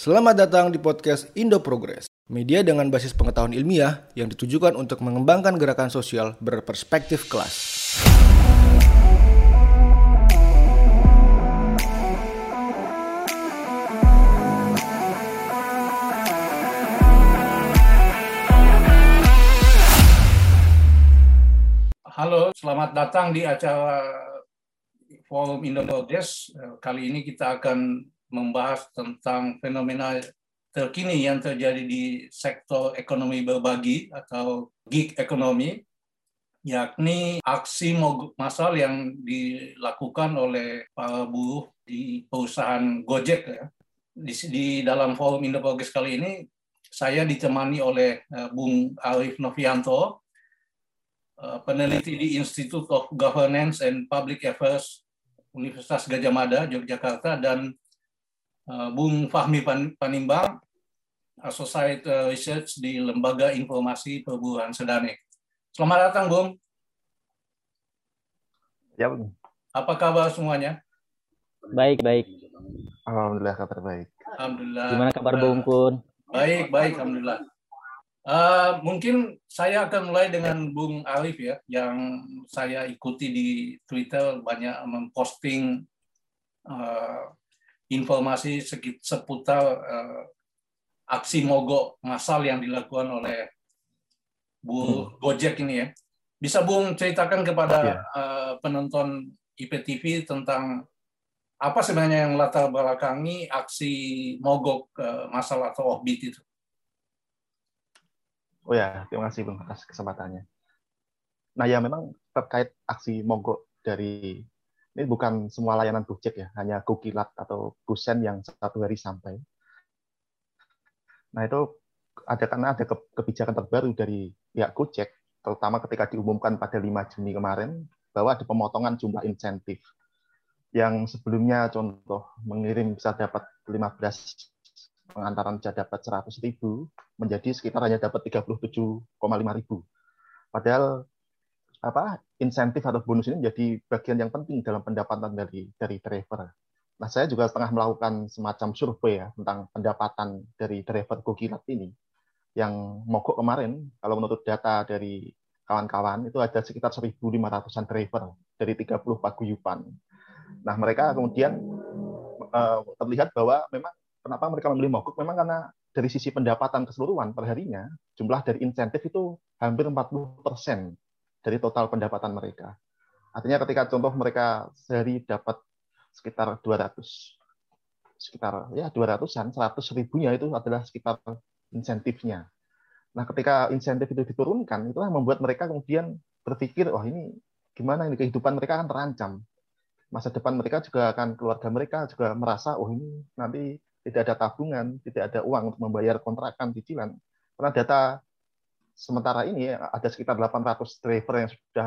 Selamat datang di podcast Indo Progress, media dengan basis pengetahuan ilmiah yang ditujukan untuk mengembangkan gerakan sosial berperspektif kelas. Halo, selamat datang di acara Forum Indo Progress. Kali ini kita akan membahas tentang fenomena terkini yang terjadi di sektor ekonomi berbagi atau gig economy, yakni aksi mogok massal yang dilakukan oleh para buruh di perusahaan Gojek. Di dalam Forum Indo Progress kali ini, saya ditemani oleh Bung Arief Novianto, peneliti di Institute of Governance and Public Affairs Universitas Gadjah Mada, Yogyakarta, dan Bung Fahmi Panimbang, Associate Research di Lembaga Informasi Perburuan Sedane. Selamat datang, Bung. Ya, Bung. Apa kabar semuanya? Baik. Alhamdulillah kabar baik. Alhamdulillah. Gimana kabar Bung Kun? Baik, alhamdulillah. Mungkin saya akan mulai dengan Bung Arief ya, yang saya ikuti di Twitter banyak memposting informasi seputar aksi mogok massal yang dilakukan oleh buruh Gojek ini ya. Bisa Bung ceritakan kepada penonton IPTV tentang apa sebenarnya yang latar belakangi aksi mogok massal atau offbeat itu? Oh ya, terima kasih Bung atas kesempatannya. Nah ya memang terkait aksi mogok dari ini bukan semua layanan Gojek ya, hanya Gokilat atau Gosen yang satu hari sampai. Nah itu karena ada kebijakan terbaru dari pihak Gojek, terutama ketika diumumkan pada 5 Juni kemarin bahwa ada pemotongan jumlah insentif yang sebelumnya contoh mengirim bisa dapat 15 pengantaran bisa dapat 100.000 menjadi sekitar hanya dapat 37,5 ribu. Padahal insentif atau bonus ini menjadi bagian yang penting dalam pendapatan dari driver. Nah, saya juga tengah melakukan semacam survei ya tentang pendapatan dari driver Gokilat ini yang mogok kemarin. Kalau menurut data dari kawan-kawan itu ada sekitar 1.500-an driver dari 30 paguyuban. Nah, mereka kemudian terlihat bahwa memang kenapa mereka memilih mogok memang karena dari sisi pendapatan keseluruhan per harinya, jumlah dari insentif itu hampir 40% dari total pendapatan mereka. Artinya ketika contoh mereka sehari dapat sekitar 200-an, 100 ribunya itu adalah sekitar insentifnya. Nah, ketika insentif itu diturunkan, itulah membuat mereka kemudian berpikir, wah ini gimana ini kehidupan mereka akan terancam. Masa depan mereka juga akan, keluarga mereka juga merasa, oh ini nanti tidak ada tabungan, tidak ada uang untuk membayar kontrakan cicilan. Karena data sementara ini ada sekitar 800 driver yang sudah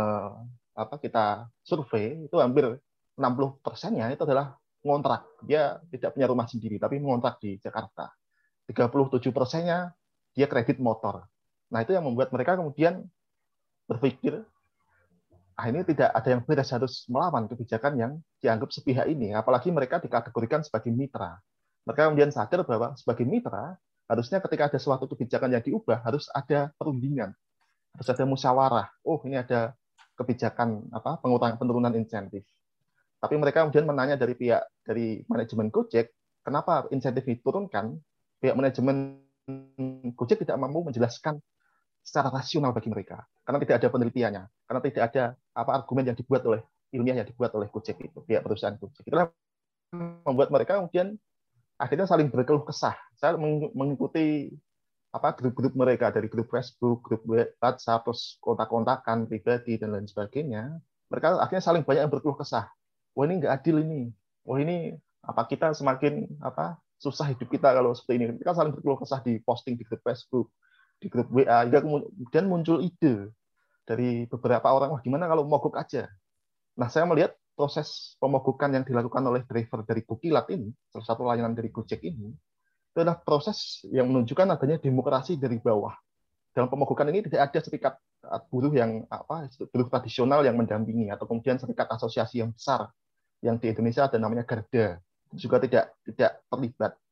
kita survei, itu hampir 60%-nya itu adalah ngontrak. Dia tidak punya rumah sendiri, tapi mengontrak di Jakarta. 37%-nya dia kredit motor. Nah, itu yang membuat mereka kemudian berpikir, ini tidak ada yang beres, harus melawan kebijakan yang dianggap sepihak ini. Apalagi mereka dikategorikan sebagai mitra. Mereka kemudian sadar bahwa sebagai mitra, harusnya ketika ada suatu kebijakan yang diubah, harus ada perundingan, harus ada musyawarah. Oh, ini ada kebijakan penurunan insentif. Tapi mereka kemudian menanya dari manajemen Gojek, kenapa insentif diturunkan? Pihak manajemen Gojek tidak mampu menjelaskan secara rasional bagi mereka, karena tidak ada penelitiannya, karena tidak ada argumen yang dibuat oleh ilmiah yang dibuat oleh Gojek itu, pihak perusahaan Gojek. Itulah membuat mereka kemudian akhirnya saling berkeluh kesah. Saya mengikuti grup-grup mereka dari grup Facebook, grup WhatsApp, terus kontak-kontakan pribadi dan lain sebagainya. Mereka akhirnya saling banyak yang berkeluh kesah. Wah ini nggak adil ini. Wah ini kita semakin susah hidup kita kalau seperti ini. Kita saling berkeluh kesah di posting di grup Facebook, di grup WA. Hingga kemudian muncul ide dari beberapa orang, wah gimana kalau mogok aja. Nah saya melihat proses pemogokan yang dilakukan oleh driver dari Gokilat ini, salah satu layanan dari Gojek ini, itu adalah proses yang menunjukkan adanya demokrasi dari bawah. Dalam pemogokan ini tidak ada serikat buruh yang buruh tradisional yang mendampingi, atau kemudian serikat asosiasi yang besar yang di Indonesia ada namanya Garda juga tidak terlibat.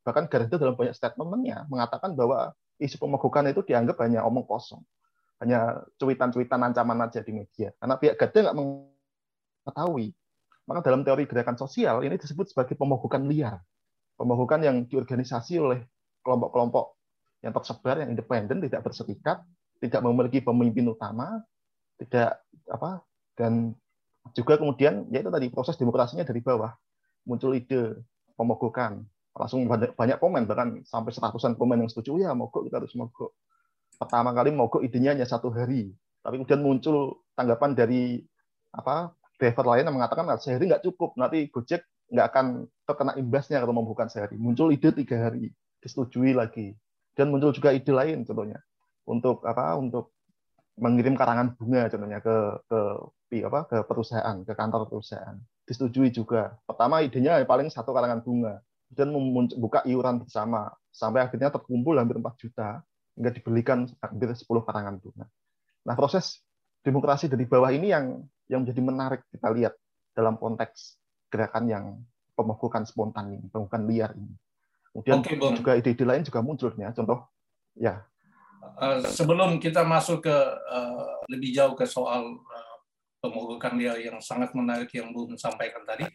Bahkan Garda dalam banyak statement-nya mengatakan bahwa isu pemogokan itu dianggap hanya omong kosong, hanya cuitan-cuitan ancaman aja di media. Karena pihak Garda nggak mengetahui. Maka dalam teori gerakan sosial ini disebut sebagai pemogokan liar. Pemogokan yang diorganisasi oleh kelompok-kelompok yang tersebar, yang independen, tidak berserikat, tidak memiliki pemimpin utama, tidak apa, dan juga kemudian yaitu tadi proses demokrasinya dari bawah. Muncul ide pemogokan, langsung banyak komen, bahkan sampai seratusan komen yang setuju, ya mogok, kita harus mogok. Pertama kali mogok idenya hanya 1 hari, tapi kemudian muncul tanggapan dari driver lain yang mengatakan sehari nggak cukup, nanti Gojek nggak akan terkena imbasnya kalau membuka sehari. Muncul ide 3 hari, disetujui lagi. Dan muncul juga ide lain, contohnya untuk mengirim karangan bunga, contohnya ke perusahaan, ke kantor perusahaan, disetujui juga. Pertama idenya paling 1 karangan bunga, dan membuka iuran bersama sampai akhirnya terkumpul hampir 4 juta hingga dibelikan hampir 10 karangan bunga. Nah, proses demokrasi dari bawah ini yang menjadi menarik kita lihat dalam konteks gerakan yang pemogokan spontan ini, pemogokan liar ini. Kemudian juga ide-ide lain juga munculnya. Contoh, ya. Sebelum kita masuk ke lebih jauh ke soal pemogokan liar yang sangat menarik yang Bung sampaikan tadi,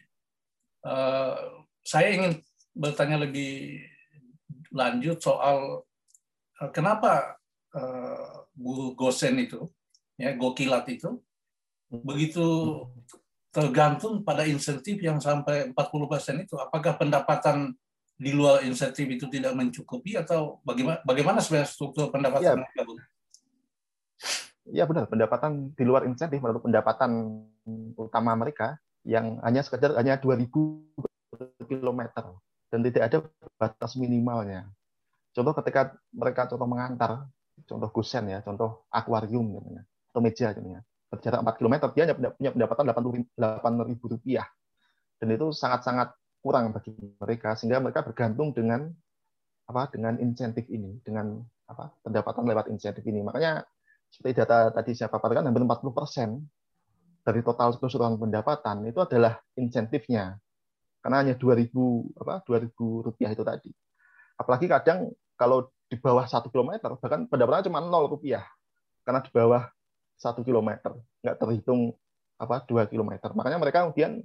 saya ingin bertanya lebih lanjut soal kenapa guru Gosen itu, ya, Gokilat itu, begitu tergantung pada insentif yang sampai 40% itu. Apakah pendapatan di luar insentif itu tidak mencukupi atau bagaimana sebenarnya struktur pendapatan mereka, Bung? Ya benar, pendapatan di luar insentif menurut pendapatan utama mereka yang hanya 2.000 kilometer dan tidak ada batas minimalnya. Contoh ketika mereka mengantar, contoh Gosen ya, contoh akuarium atau meja berjarak 4 km, dia hanya punya pendapatan Rp8.000. Dan itu sangat-sangat kurang bagi mereka, sehingga mereka bergantung dengan insentif ini, dengan pendapatan lewat insentif ini. Makanya seperti data tadi saya paparkan, hampir 40% dari total keseluruhan pendapatan itu adalah insentifnya. Karena hanya Rp2.000 itu tadi. Apalagi kadang kalau di bawah 1 km, bahkan pendapatannya cuma Rp0, karena di bawah 1 km, nggak terhitung 2 km. Makanya mereka kemudian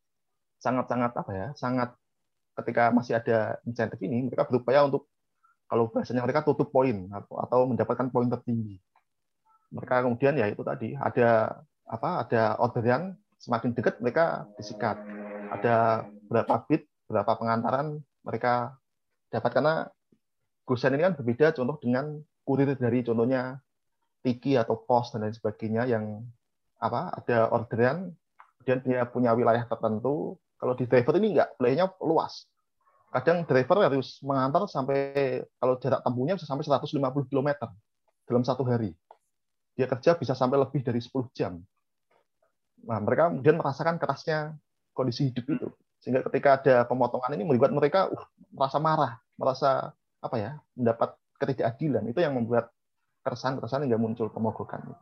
sangat ketika masih ada insentif ini, mereka berupaya untuk, kalau bahasanya mereka tutup poin atau mendapatkan poin tertinggi. Mereka kemudian ya itu tadi ada orderan, semakin dekat mereka disikat. Ada berapa bit, berapa pengantaran mereka dapat, karena Gosen ini kan berbeda contoh dengan kurir dari contohnya Tiki atau Pos dan lain sebagainya yang ada orderan, kemudian dia punya wilayah tertentu. Kalau di driver ini enggak, wilayahnya luas. Kadang driver harus mengantar sampai, kalau jarak tempuhnya bisa sampai 150 km dalam 1 hari. Dia kerja bisa sampai lebih dari 10 jam. Nah, mereka kemudian merasakan kerasnya kondisi hidup itu. Sehingga ketika ada pemotongan ini membuat mereka merasa marah, merasa mendapat ketidakadilan. Itu yang membuat keresahan hingga muncul pemogokan itu.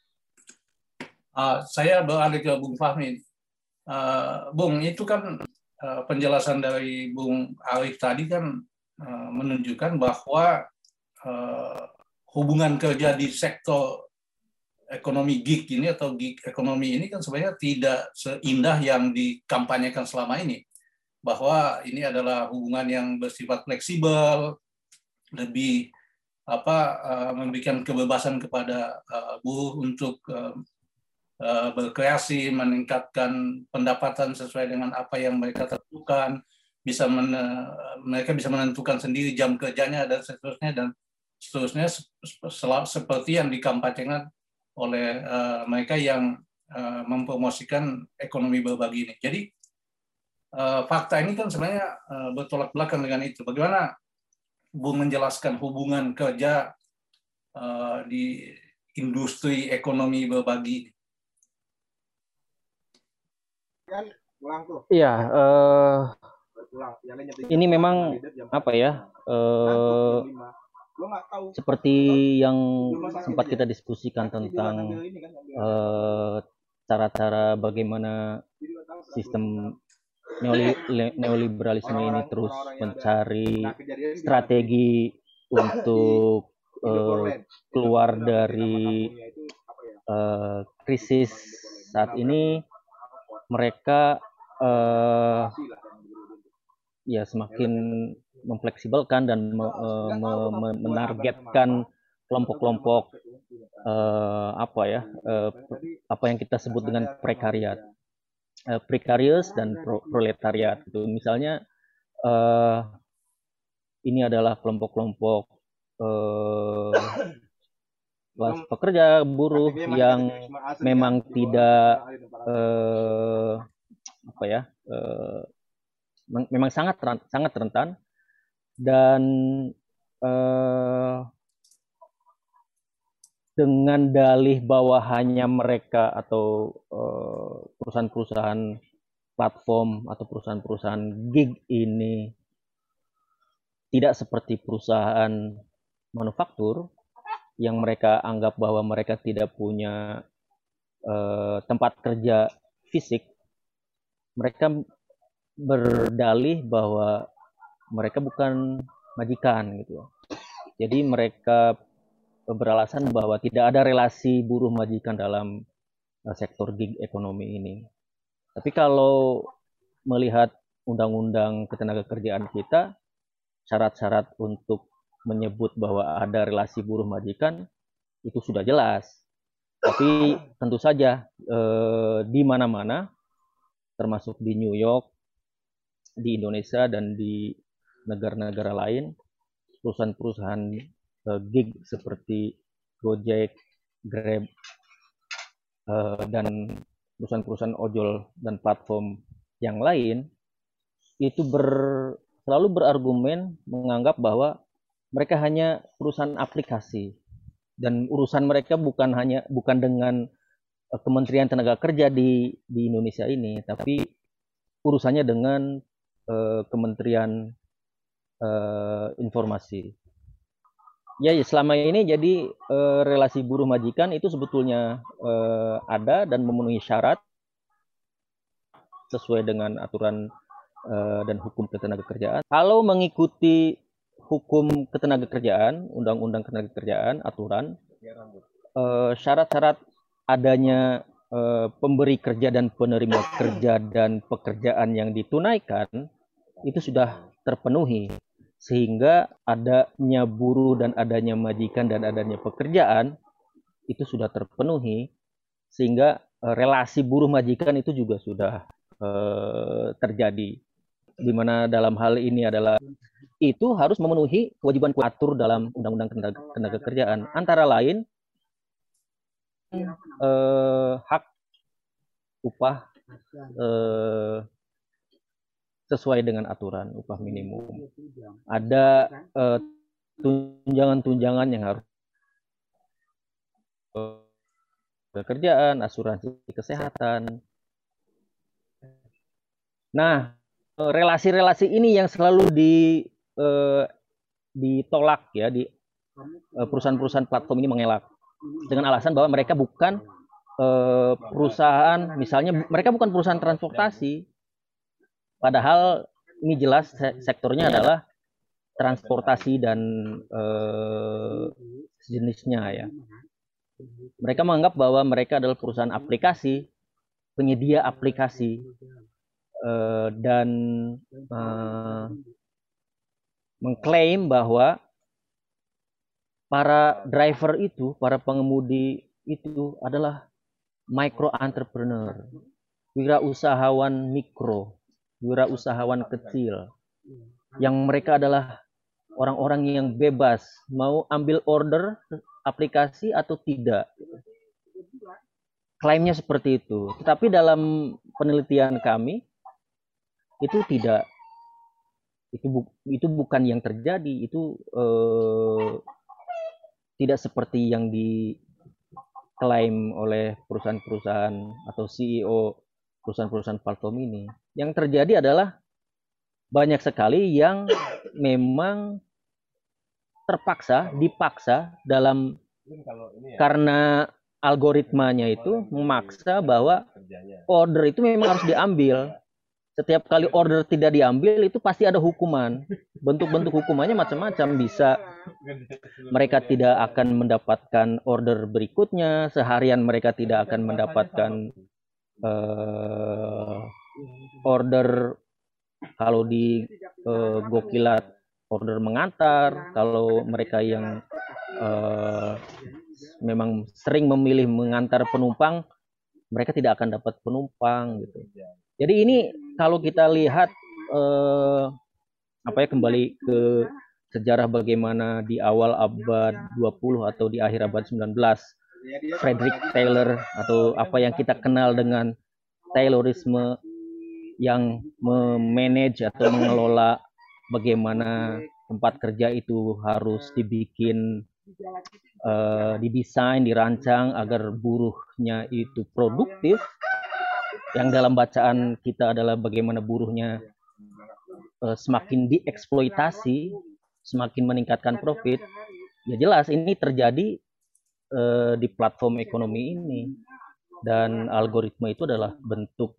Saya beralih ke Bung Fahmi. Bung, itu kan penjelasan dari Bung Arif tadi kan menunjukkan bahwa hubungan kerja di sektor ekonomi gig ini atau gig ekonomi ini kan sebenarnya tidak seindah yang dikampanyekan selama ini. Bahwa ini adalah hubungan yang bersifat fleksibel, lebih memberikan kebebasan kepada buruh untuk berkreasi, meningkatkan pendapatan sesuai dengan apa yang mereka tentukan, mereka bisa menentukan sendiri jam kerjanya dan seterusnya seperti yang dikampanyekan oleh mereka yang mempromosikan ekonomi berbagi ini. Jadi fakta ini kan sebenarnya bertolak belakang dengan itu. Bagaimana Bung menjelaskan hubungan kerja di industri ekonomi berbagi? Iya, ini memang seperti yang sempat kita diskusikan tentang cara-cara bagaimana sistem neoliberalisme ini terus mencari strategi untuk keluar dari krisis saat ini, mereka ya semakin memfleksibelkan dan menargetkan kelompok-kelompok apa yang kita sebut dengan precarious dan proletariat. Itu misalnya ini adalah kelompok-kelompok kelas pekerja buruh yang memang tidak memang sangat rentan, dan dengan dalih bahwa hanya mereka atau perusahaan-perusahaan platform atau perusahaan-perusahaan gig ini tidak seperti perusahaan manufaktur yang mereka anggap bahwa mereka tidak punya tempat kerja fisik. Mereka berdalih bahwa mereka bukan majikan gitu. Jadi mereka beralasan bahwa tidak ada relasi buruh majikan dalam sektor gig ekonomi ini. Tapi kalau melihat undang-undang ketenagakerjaan kita, syarat-syarat untuk menyebut bahwa ada relasi buruh majikan itu sudah jelas. Tapi tentu saja di mana-mana, termasuk di New York, di Indonesia, dan di negara-negara lain, perusahaan-perusahaan gig seperti Gojek, Grab, dan perusahaan-perusahaan ojol dan platform yang lain itu selalu berargumen menganggap bahwa mereka hanya perusahaan aplikasi, dan urusan mereka bukan dengan Kementerian Tenaga Kerja di Indonesia ini, tapi urusannya dengan Kementerian Informasi. Ya, selama ini jadi relasi buruh majikan itu sebetulnya ada dan memenuhi syarat sesuai dengan aturan dan hukum ketenagakerjaan. Kalau mengikuti hukum ketenagakerjaan, undang-undang ketenagakerjaan, aturan, syarat-syarat adanya pemberi kerja dan penerima kerja dan pekerjaan yang ditunaikan itu sudah terpenuhi, sehingga adanya buruh dan adanya majikan dan adanya pekerjaan itu sudah terpenuhi, sehingga relasi buruh majikan itu juga sudah terjadi, di mana dalam hal ini adalah itu harus memenuhi kewajiban atur dalam undang-undang ketenagakerjaan, antara lain hak upah sesuai dengan aturan upah minimum, ada tunjangan-tunjangan yang harus pekerjaan, asuransi kesehatan. Nah, relasi-relasi ini yang selalu ditolak ya, di perusahaan-perusahaan platform ini mengelak dengan alasan bahwa mereka bukan perusahaan, misalnya mereka bukan perusahaan transportasi, padahal ini jelas sektornya adalah transportasi dan sejenisnya ya. Mereka menganggap bahwa mereka adalah perusahaan aplikasi, penyedia aplikasi, dan mengklaim bahwa para driver itu, para pengemudi itu adalah micro entrepreneur, wirausahawan mikro, wirausahawan kecil, yang mereka adalah orang-orang yang bebas mau ambil order aplikasi atau tidak. Klaimnya seperti itu. Tetapi dalam penelitian kami itu tidak, itu bukan yang terjadi. Itu tidak seperti yang diklaim oleh perusahaan-perusahaan atau CEO perusahaan-perusahaan platform ini. Yang terjadi adalah banyak sekali yang memang dipaksa dalam, karena algoritmanya itu memaksa bahwa order itu memang harus diambil. Setiap kali order tidak diambil itu pasti ada hukuman. Bentuk-bentuk hukumannya macam-macam. Bisa mereka tidak akan mendapatkan order berikutnya, seharian mereka tidak akan mendapatkan order. Kalau di Gokilat order mengantar, kalau mereka yang memang sering memilih mengantar penumpang, mereka tidak akan dapat penumpang gitu. Jadi ini kalau kita lihat kembali ke sejarah bagaimana di awal abad 20 atau di akhir abad 19, Frederick Taylor atau apa yang kita kenal dengan Taylorisme yang memanage atau mengelola bagaimana tempat kerja itu harus dibikin, didesain, dirancang agar buruhnya itu produktif. Yang dalam bacaan kita adalah bagaimana buruhnya semakin dieksploitasi, semakin meningkatkan profit. Ya jelas ini terjadi di platform ekonomi ini, dan algoritma itu adalah bentuk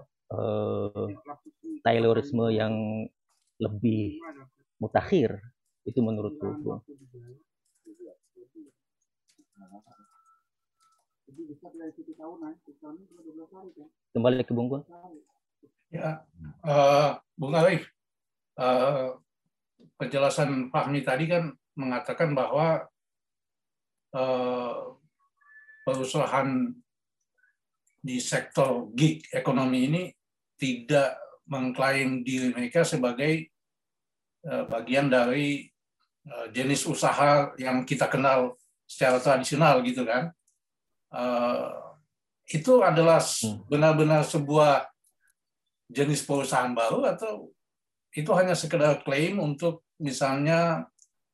Taylorisme yang lebih mutakhir, itu menurutku. Kembali ke Bung Kun. Ya, Bung Arif, penjelasan Fahmi tadi kan mengatakan bahwa perusahaan di sektor gig ekonomi ini tidak mengklaim diri mereka sebagai bagian dari jenis usaha yang kita kenal secara tradisional gitu kan. Itu adalah benar-benar sebuah jenis perusahaan baru atau itu hanya sekedar klaim untuk misalnya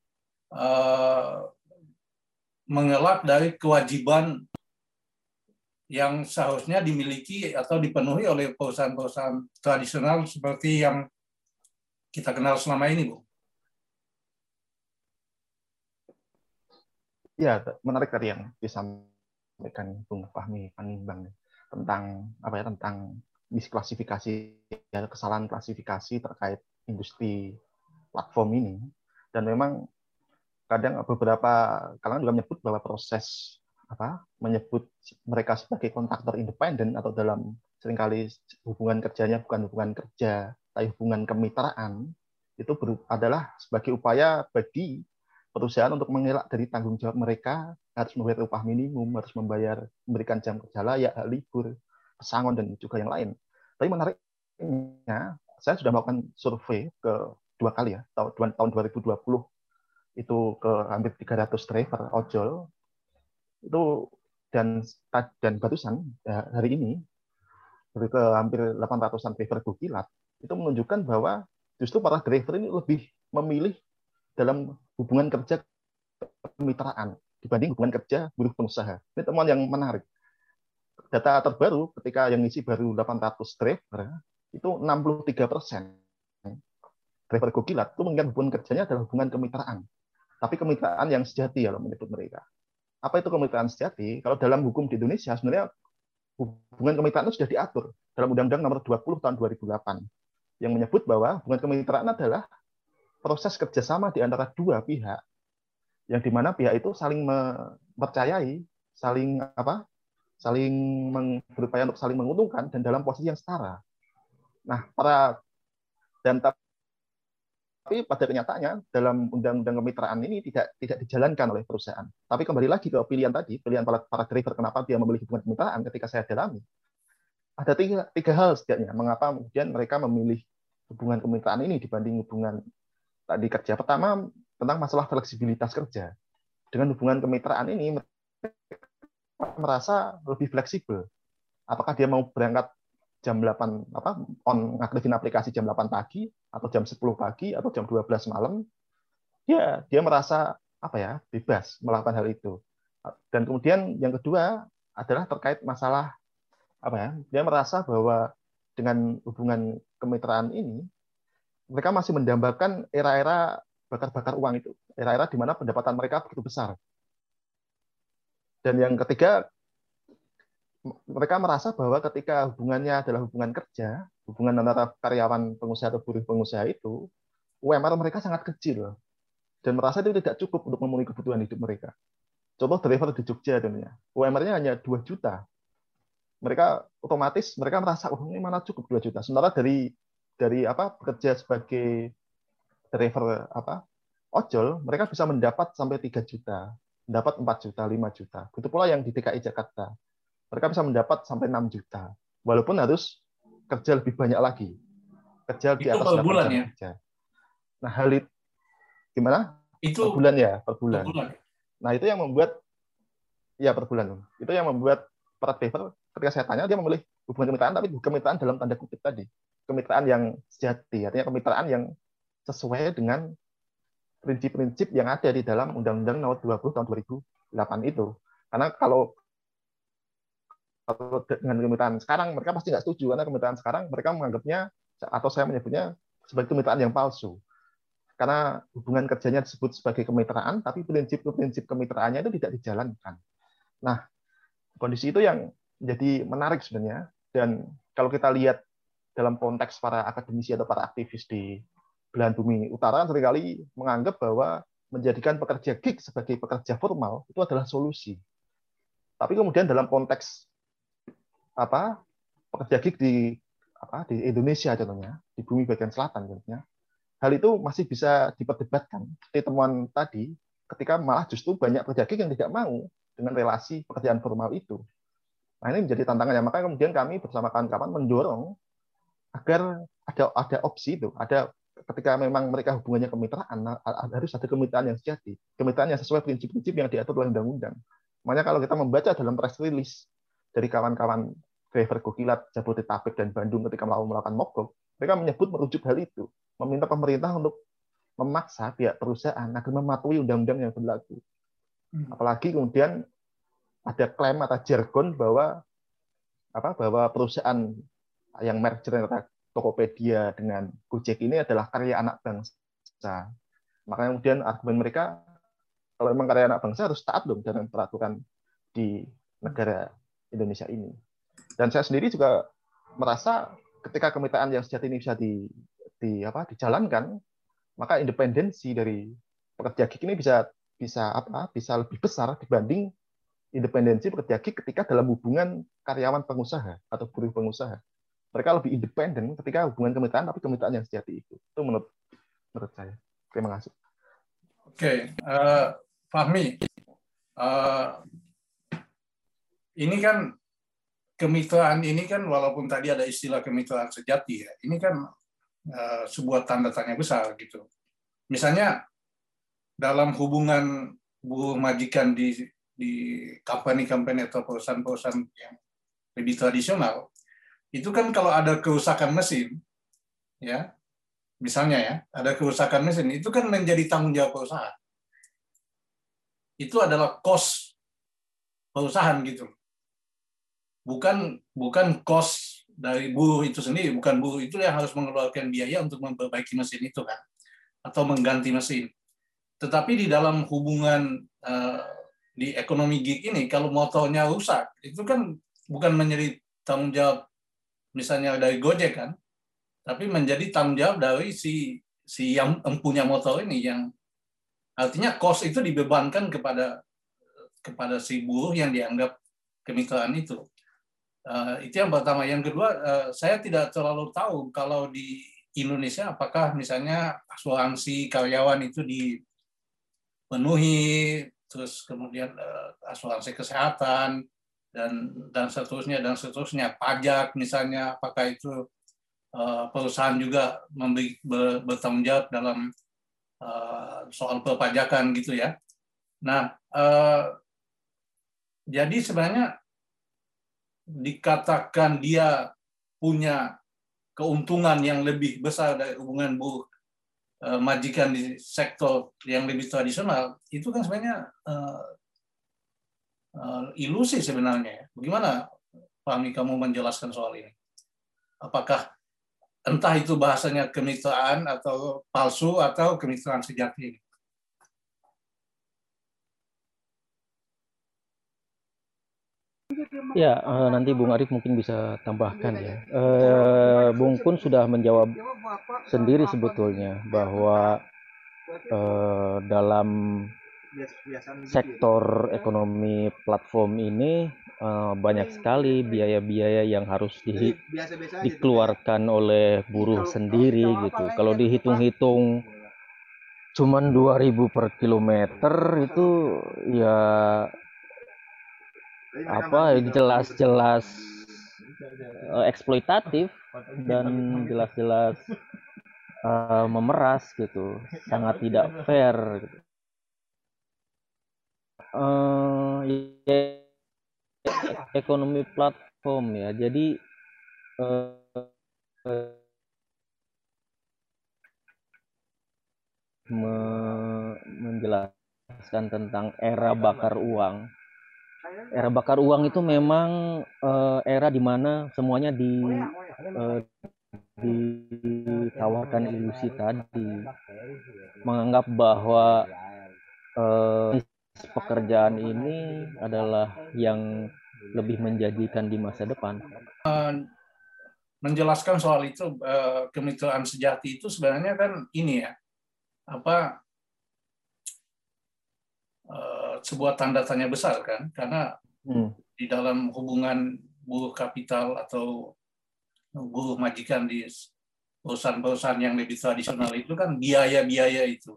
mengelak dari kewajiban yang seharusnya dimiliki atau dipenuhi oleh perusahaan-perusahaan tradisional seperti yang kita kenal selama ini, Bu? Ya, menarik tadi yang disampaikan Bung Fahmi Panimbang tentang tentang misklasifikasi, kesalahan klasifikasi terkait industri platform ini. Dan memang kadang beberapa kalangan juga menyebut bahwa proses menyebut mereka sebagai kontraktor independen atau dalam seringkali hubungan kerjanya bukan hubungan kerja tapi hubungan kemitraan, itu adalah sebagai upaya bagi perusahaan untuk mengelak dari tanggung jawab mereka, harus membayar upah minimum, harus memberikan jam kerja layak, hak libur, pesangon, dan juga yang lain. Tapi menariknya, saya sudah melakukan survei ke 2 kali ya, tahun 2020 itu ke hampir 300 driver ojol itu, dan barusan hari ini ke hampir 800-an driver Gokilat, itu menunjukkan bahwa justru para driver ini lebih memilih dalam hubungan kerja kemitraan dibanding hubungan kerja buruh pengusaha. Ini temuan yang menarik. Data terbaru ketika yang ngisi baru 800 driver, itu 63% driver Gokilat itu mengingat hubungan kerjanya adalah hubungan kemitraan. Tapi kemitraan yang sejati ya menyebut mereka. Apa itu kemitraan sejati? Kalau dalam hukum di Indonesia sebenarnya hubungan kemitraan itu sudah diatur dalam Undang-Undang Nomor 20 Tahun 2008 yang menyebut bahwa hubungan kemitraan adalah proses kerjasama di antara dua pihak yang dimana pihak itu saling mempercayai, saling berupaya untuk saling menguntungkan dan dalam posisi yang setara. Nah, tapi pada kenyataannya dalam undang-undang kemitraan ini tidak dijalankan oleh perusahaan. Tapi kembali lagi ke pilihan para driver, kenapa dia memilih hubungan kemitraan ketika saya dalami. Ada tiga hal setidaknya mengapa kemudian mereka memilih hubungan kemitraan ini dibanding hubungan tadi kerja. Pertama, tentang masalah fleksibilitas kerja. Dengan hubungan kemitraan ini mereka merasa lebih fleksibel. Apakah dia mau berangkat jam 8 ngaktifin aplikasi jam 8 pagi atau jam 10 pagi atau jam 12 malam, dia merasa bebas melakukan hal itu. Dan kemudian yang kedua adalah terkait masalah dia merasa bahwa dengan hubungan kemitraan ini mereka masih mendambakan era-era bakar-bakar uang itu, era-era di mana pendapatan mereka begitu besar. Dan yang ketiga, mereka merasa bahwa ketika hubungannya adalah hubungan kerja, hubungan antara karyawan pengusaha atau buruh pengusaha itu, UMR mereka sangat kecil dan merasa itu tidak cukup untuk memenuhi kebutuhan hidup mereka. Contoh driver di Jogja tentunya, UMR-nya hanya 2 juta. Mereka otomatis mereka merasa, oh ini mana cukup 2 juta. Sementara dari bekerja sebagai driver ojol, mereka bisa mendapat sampai 3 juta, mendapat 4 juta, 5 juta. Begitu pula yang di DKI Jakarta. Mereka bisa mendapat sampai 6 juta. Walaupun harus kerja lebih banyak lagi. Kerja di Itu atas per 8 bulan jam ya? kerja. Nah, hal itu gimana? Itu Per bulan ya, per bulan. per bulan. Nah, itu yang membuat ya per bulan. Itu yang membuat para driver ketika saya tanya dia memilih hubungan kemitraan, tapi kemitraan dalam tanda kutip tadi. Kemitraan yang sejati, artinya kemitraan yang sesuai dengan prinsip-prinsip yang ada di dalam Undang-Undang Nomor 20 tahun 2008 itu. Karena kalau dengan kemitraan sekarang mereka pasti nggak setuju, karena kemitraan sekarang mereka menganggapnya, atau saya menyebutnya sebagai kemitraan yang palsu. Karena hubungan kerjanya disebut sebagai kemitraan, tapi prinsip-prinsip kemitraannya itu tidak dijalankan. Nah, kondisi itu yang jadi menarik sebenarnya. Dan kalau kita lihat dalam konteks para akademisi atau para aktivis di belahan bumi utara, seringkali menganggap bahwa menjadikan pekerja gig sebagai pekerja formal itu adalah solusi. Tapi kemudian dalam konteks pekerja gig di Indonesia contohnya, di bumi bagian selatan contohnya, hal itu masih bisa diperdebatkan. Seperti temuan tadi, ketika malah justru banyak pekerja gig yang tidak mau dengan relasi pekerjaan formal itu. Nah, ini menjadi tantangannya. Maka kemudian kami bersama kawan-kawan mendorong agar ada opsi itu. Ada ketika memang mereka hubungannya kemitraan, harus ada kemitraan yang sejati. Kemitraan yang sesuai prinsip-prinsip yang diatur oleh undang-undang. Makanya kalau kita membaca dalam press release dari kawan-kawan driver Gokilat Jabodetabek dan Bandung ketika melakukan mogok, mereka menyebut merujuk hal itu, meminta pemerintah untuk memaksa pihak perusahaan agar mematuhi undang-undang yang berlaku. Apalagi kemudian ada klaim atau jargon bahwa perusahaan yang merger Tokopedia dengan Gojek ini adalah karya anak bangsa. Makanya kemudian argumen mereka, kalau memang karya anak bangsa harus taat dong dengan peraturan di negara Indonesia ini. Dan saya sendiri juga merasa ketika kemitraan yang sejati ini bisa dijalankan, maka independensi dari pekerja gig ini bisa lebih besar dibanding independensi pekerja gig ketika dalam hubungan karyawan pengusaha atau buruh pengusaha. Mereka lebih independen ketika hubungan kemitraan, tapi kemitraan yang sejati itu. Itu menurut saya. Terima kasih. Oke, Fahmi, ini kan kemitraan ini kan walaupun tadi ada istilah kemitraan sejati ya, ini kan sebuah tanda tanya besar gitu. Misalnya dalam hubungan buruh majikan di company-company atau perusahaan-perusahaan yang lebih tradisional, itu kan kalau ada kerusakan mesin, ya, misalnya ya, ada kerusakan mesin, itu kan menjadi tanggung jawab perusahaan. Itu adalah cost perusahaan gitu. Bukan cost dari buruh itu sendiri, bukan buruh itu yang harus mengeluarkan biaya untuk memperbaiki mesin itu kan, atau mengganti mesin. Tetapi di dalam hubungan di ekonomi gig ini, kalau motornya rusak, itu kan bukan menjadi tanggung jawab misalnya dari Gojek kan, tapi menjadi tanggung jawab dari si yang punya motor ini, yang artinya cost itu dibebankan kepada si buruh yang dianggap kemitraan itu. Itu yang pertama. Yang kedua, saya tidak terlalu tahu kalau di Indonesia apakah misalnya asuransi karyawan itu dipenuhi, terus kemudian asuransi kesehatan dan seterusnya, pajak misalnya, apakah itu perusahaan juga bertanggung jawab dalam soal perpajakan gitu ya. Nah, jadi sebenarnya dikatakan dia punya keuntungan yang lebih besar dari hubungan buruh majikan di sektor yang lebih tradisional, itu kan sebenarnya ilusi sebenarnya. Bagaimana Fahmi kamu menjelaskan soal ini? Apakah entah itu bahasanya kemitraan atau palsu atau kemitraan sejati? Ya, nanti Bung Arif mungkin bisa tambahkan ya. Bung Kun sudah menjawab sendiri sebetulnya bahwa dalam sektor ekonomi platform ini banyak sekali biaya-biaya yang harus dikeluarkan oleh buruh sendiri gitu. Kalau dihitung-hitung cuman 2.000 per kilometer itu ya jelas-jelas eksploitatif dan jelas-jelas memeras gitu, sangat tidak fair gitu. Ya, ekonomi platform ya, jadi menjelaskan tentang era bakar uang. Era bakar uang itu memang era di mana semuanya ditawarkan ilusi tadi, menganggap bahwa pekerjaan ini adalah yang lebih menjanjikan di masa depan. Menjelaskan soal itu, kemitraan sejati itu sebenarnya kan ini ya, sebuah tanda tanya besar kan, karena di dalam hubungan buruh kapital atau buruh majikan di perusahaan-perusahaan yang lebih tradisional itu kan biaya-biaya itu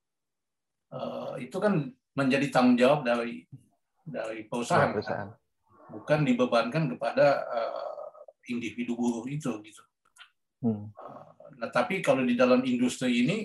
kan menjadi tanggung jawab dari perusahaan, kan? Bukan dibebankan kepada individu buruh itu gitu. Nah, tapi kalau di dalam industri ini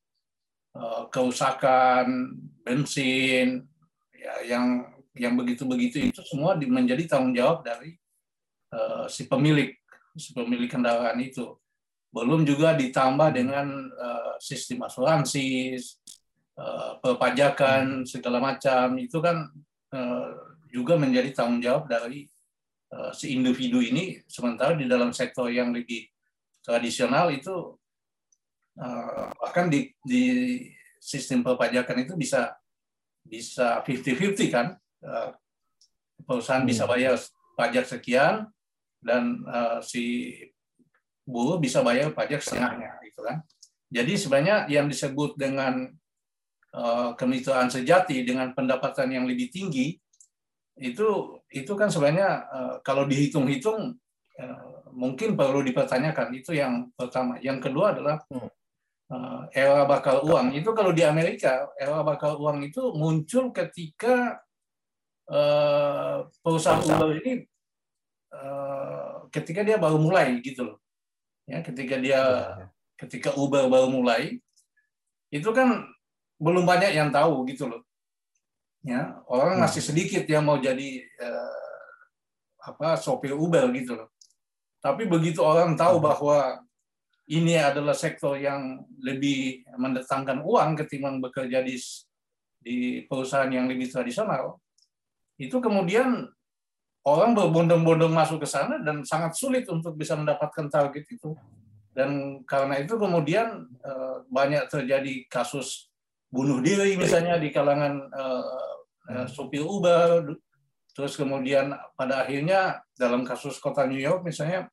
kerusakan bensin ya, yang begitu-begitu itu semua menjadi tanggung jawab dari si pemilik kendaraan itu. Belum juga ditambah dengan sistem asuransi, perpajakan segala macam, itu kan juga menjadi tanggung jawab dari si individu ini. Sementara di dalam sektor yang lebih tradisional itu bahkan di sistem perpajakan itu bisa 50-50 kan, perusahaan bisa bayar pajak sekian dan si buruh bisa bayar pajak setengahnya, gitu kan. Jadi sebenarnya yang disebut dengan kemitraan sejati dengan pendapatan yang lebih tinggi itu kan sebenarnya kalau dihitung-hitung mungkin perlu dipertanyakan. Itu yang pertama. Yang kedua adalah era bakar uang. Itu kalau di Amerika era bakar uang itu muncul ketika perusahaan Uber ini ketika dia baru mulai gitu loh. Ya, ketika Uber baru mulai, itu kan belum banyak yang tahu gitu loh. Ya, orang masih sedikit yang mau jadi sopir Uber gitu loh. Tapi begitu orang tahu bahwa ini adalah sektor yang lebih mendatangkan uang ketimbang bekerja di perusahaan yang lebih tradisional, itu kemudian orang berbondong-bondong masuk ke sana dan sangat sulit untuk bisa mendapatkan target itu. Dan karena itu kemudian banyak terjadi kasus bunuh diri misalnya di kalangan sopir Uber. Terus kemudian pada akhirnya dalam kasus kota New York misalnya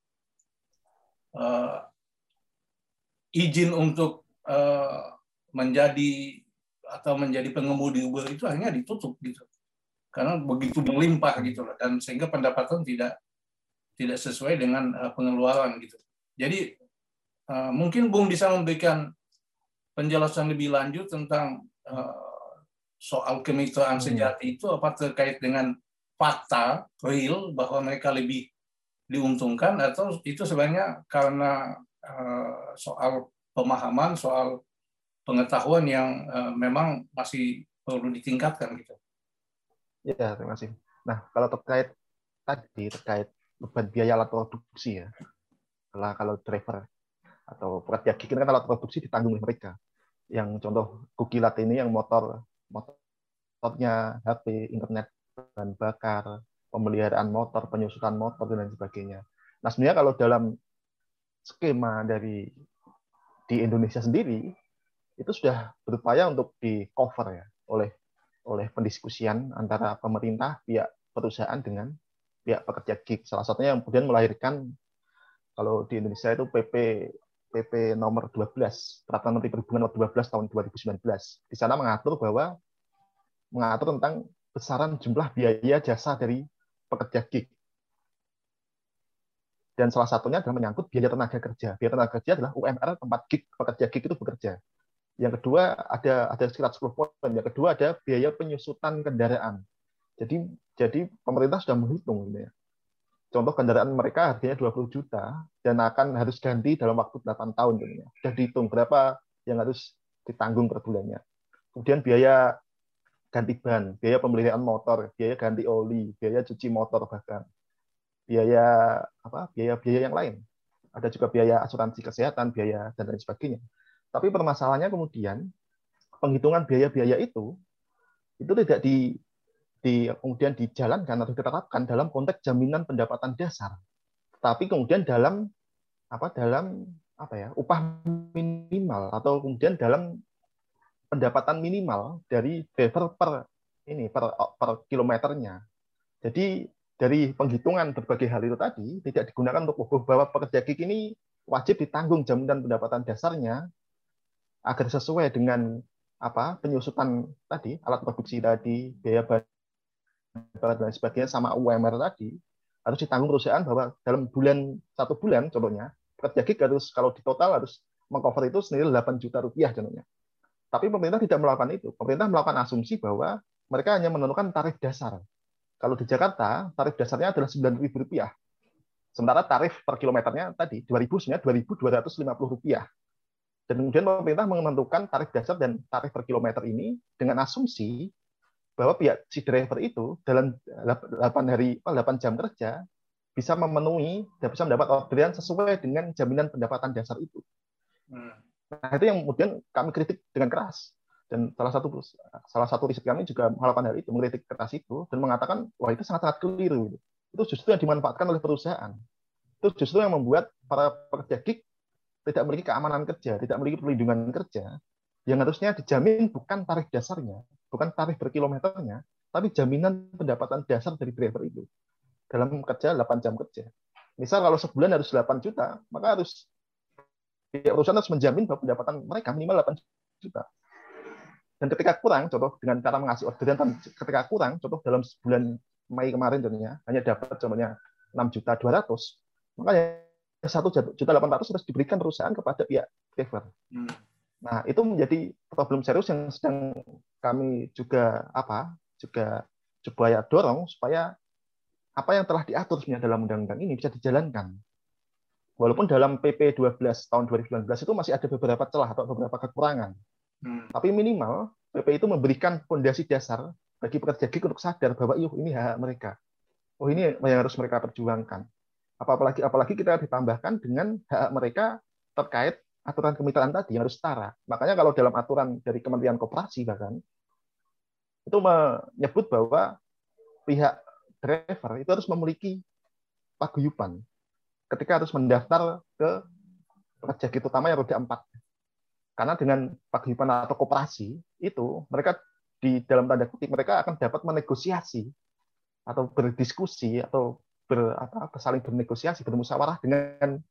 izin untuk menjadi pengemudi Uber itu akhirnya ditutup gitu. Karena begitu melimpah gitu loh, dan sehingga pendapatan tidak sesuai dengan pengeluaran gitu. Jadi mungkin Bung bisa memberikan penjelasan lebih lanjut tentang soal kemitraan sejati itu, apa terkait dengan fakta real bahwa mereka lebih diuntungkan, atau itu sebenarnya karena soal pemahaman, soal pengetahuan yang memang masih perlu ditingkatkan gitu. Ya, terima kasih. Nah, kalau terkait beban biaya alat produksi ya, kalau driver atau pekerja gig kan alat produksi ditanggung oleh mereka. Yang contoh Kukilat ini yang motornya HP, internet, bahan bakar, pemeliharaan motor, penyusutan motor dan lain sebagainya. Nah, sebenarnya kalau dalam skema di Indonesia sendiri itu sudah berupaya untuk di cover ya oleh pendiskusian antara pemerintah, pihak perusahaan dengan pihak pekerja gig. Salah satunya yang kemudian melahirkan, kalau di Indonesia itu PP nomor 12, Peraturan Menteri Perhubungan nomor 12 tahun 2019. Di sana mengatur tentang besaran jumlah biaya jasa dari pekerja gig. Dan salah satunya adalah menyangkut biaya tenaga kerja. Biaya tenaga kerja adalah UMR tempat gig pekerja gig itu bekerja. Yang kedua ada sekitar 10 poin. Yang kedua ada biaya penyusutan kendaraan. Jadi pemerintah sudah menghitung ini ya. Contoh kendaraan mereka harganya 20 juta dan akan harus ganti dalam waktu 8 tahun tentunya. Sudah dihitung berapa yang harus ditanggung per bulannya. Kemudian biaya ganti ban, biaya pemeliharaan motor, biaya ganti oli, biaya cuci motor bahkan. Biaya yang lain. Ada juga biaya asuransi kesehatan, biaya dan lain sebagainya. Tapi permasalahannya kemudian penghitungan biaya-biaya itu tidak kemudian dijalankan atau diterapkan dalam konteks jaminan pendapatan dasar, tapi kemudian dalam upah minimal atau kemudian dalam pendapatan minimal dari driver per kilometernya. Jadi dari penghitungan berbagai hal itu tadi tidak digunakan untuk bahwa pekerja gig ini wajib ditanggung jaminan pendapatan dasarnya agar sesuai dengan penyusutan tadi, alat produksi tadi, biaya dan sebagainya sama UMR tadi harus ditanggung perusahaan bahwa dalam satu bulan contohnya pekerja gig harus kalau di total harus mengcover itu senilai 8 juta rupiah contohnya. Tapi pemerintah tidak melakukan itu. Pemerintah melakukan asumsi bahwa mereka hanya menentukan tarif dasar. Kalau di Jakarta tarif dasarnya adalah Rp9.000. Sementara tarif per kilometernya tadi 2.000 sebenarnya Rp2.250. Dan kemudian pemerintah menentukan tarif dasar dan tarif per kilometer ini dengan asumsi bahwa pihak si driver itu dalam 8 jam kerja bisa memenuhi dan bisa mendapat orderan sesuai dengan jaminan pendapatan dasar itu. Nah, itu yang kemudian kami kritik dengan keras. Dan salah satu riset kami juga melakukan hal itu, mengkritik keras itu dan mengatakan wah itu sangat-sangat keliru. Itu justru yang dimanfaatkan oleh perusahaan. Itu justru yang membuat para pekerja gig tidak memiliki keamanan kerja, tidak memiliki perlindungan kerja, yang harusnya dijamin bukan tarif dasarnya, bukan tarif per kilometernya, tapi jaminan pendapatan dasar dari driver itu dalam kerja 8 jam kerja. Misal kalau sebulan harus 8 juta, maka perusahaan harus menjamin bahwa pendapatan mereka minimal 8 juta. Dan ketika kurang, contoh dengan cara mengasih orderan, ketika kurang, contoh dalam bulan Mei kemarin contohnya, hanya dapat contohnya 6.200.000, maka 1.800.000 harus diberikan perusahaan kepada pihak driver. Nah, itu menjadi problem serius yang sedang kami juga dorong supaya apa yang telah diatur sebenarnya dalam undang-undang ini bisa dijalankan. Walaupun dalam PP 12 tahun 2019 itu masih ada beberapa celah atau beberapa kekurangan. Tapi minimal PP itu memberikan fondasi dasar bagi pekerja gig untuk sadar bahwa ini hak mereka. Oh, ini yang harus mereka perjuangkan. Apalagi kita ditambahkan dengan hak mereka terkait aturan kemitraan tadi yang harus setara. Makanya kalau dalam aturan dari Kementerian Koperasi bahkan itu menyebut bahwa pihak driver itu harus memiliki paguyuban ketika harus mendaftar ke pekerja gig utama yang roda 4. Karena dengan paguyuban atau koperasi itu mereka di dalam tanda kutip mereka akan dapat menegosiasi atau berdiskusi atau saling bernegosiasi, bermusyawarah dengan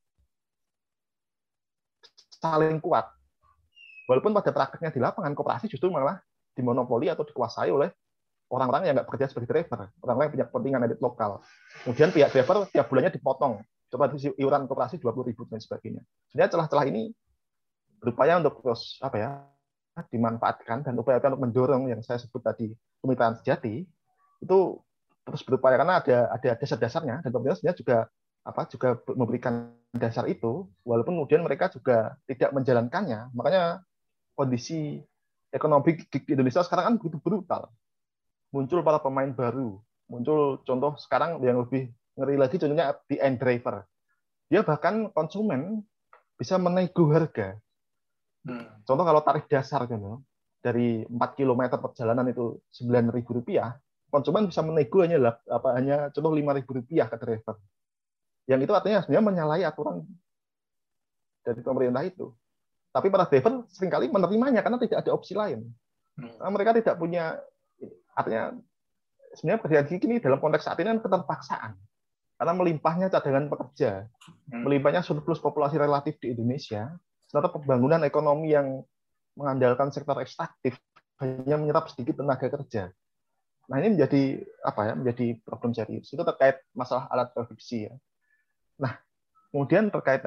saling kuat. Walaupun pada prakteknya di lapangan koperasi justru malah dimonopoli atau dikuasai oleh orang-orang yang nggak bekerja sebagai driver, orang-orang yang punya kepentingan elit lokal. Kemudian pihak driver tiap bulannya dipotong, coba iuran koperasi 20.000 dan sebagainya. Sebenarnya celah-celah ini berupaya untuk terus dimanfaatkan dan upaya untuk mendorong yang saya sebut tadi kemitraan sejati itu terus berupaya karena ada dasar-dasarnya dan pemerintah sebenarnya juga memberikan dasar itu walaupun kemudian mereka juga tidak menjalankannya. Makanya kondisi ekonomi di Indonesia sekarang kan begitu brutal. Muncul para pemain baru, muncul contoh sekarang yang lebih ngeri lagi contohnya the end driver. Dia bahkan konsumen bisa menego harga. Contoh kalau tarif dasar kan dari 4 km perjalanan itu Rp9.000, konsumen bisa menego hanya contoh Rp5.000 ke driver. Yang itu artinya sebenarnya menyalahi aturan dari pemerintah itu. Tapi para driver seringkali menerimanya karena tidak ada opsi lain. Mereka tidak punya, artinya sebenarnya pekerjaan gig ini dalam konteks saat ini kan keterpaksaan. Karena melimpahnya cadangan pekerja, melimpahnya surplus populasi relatif di Indonesia, serta pembangunan ekonomi yang mengandalkan sektor ekstraktif hanya menyerap sedikit tenaga kerja. Nah, ini menjadi problem serius. Itu terkait masalah alat produksi ya. Nah, kemudian terkait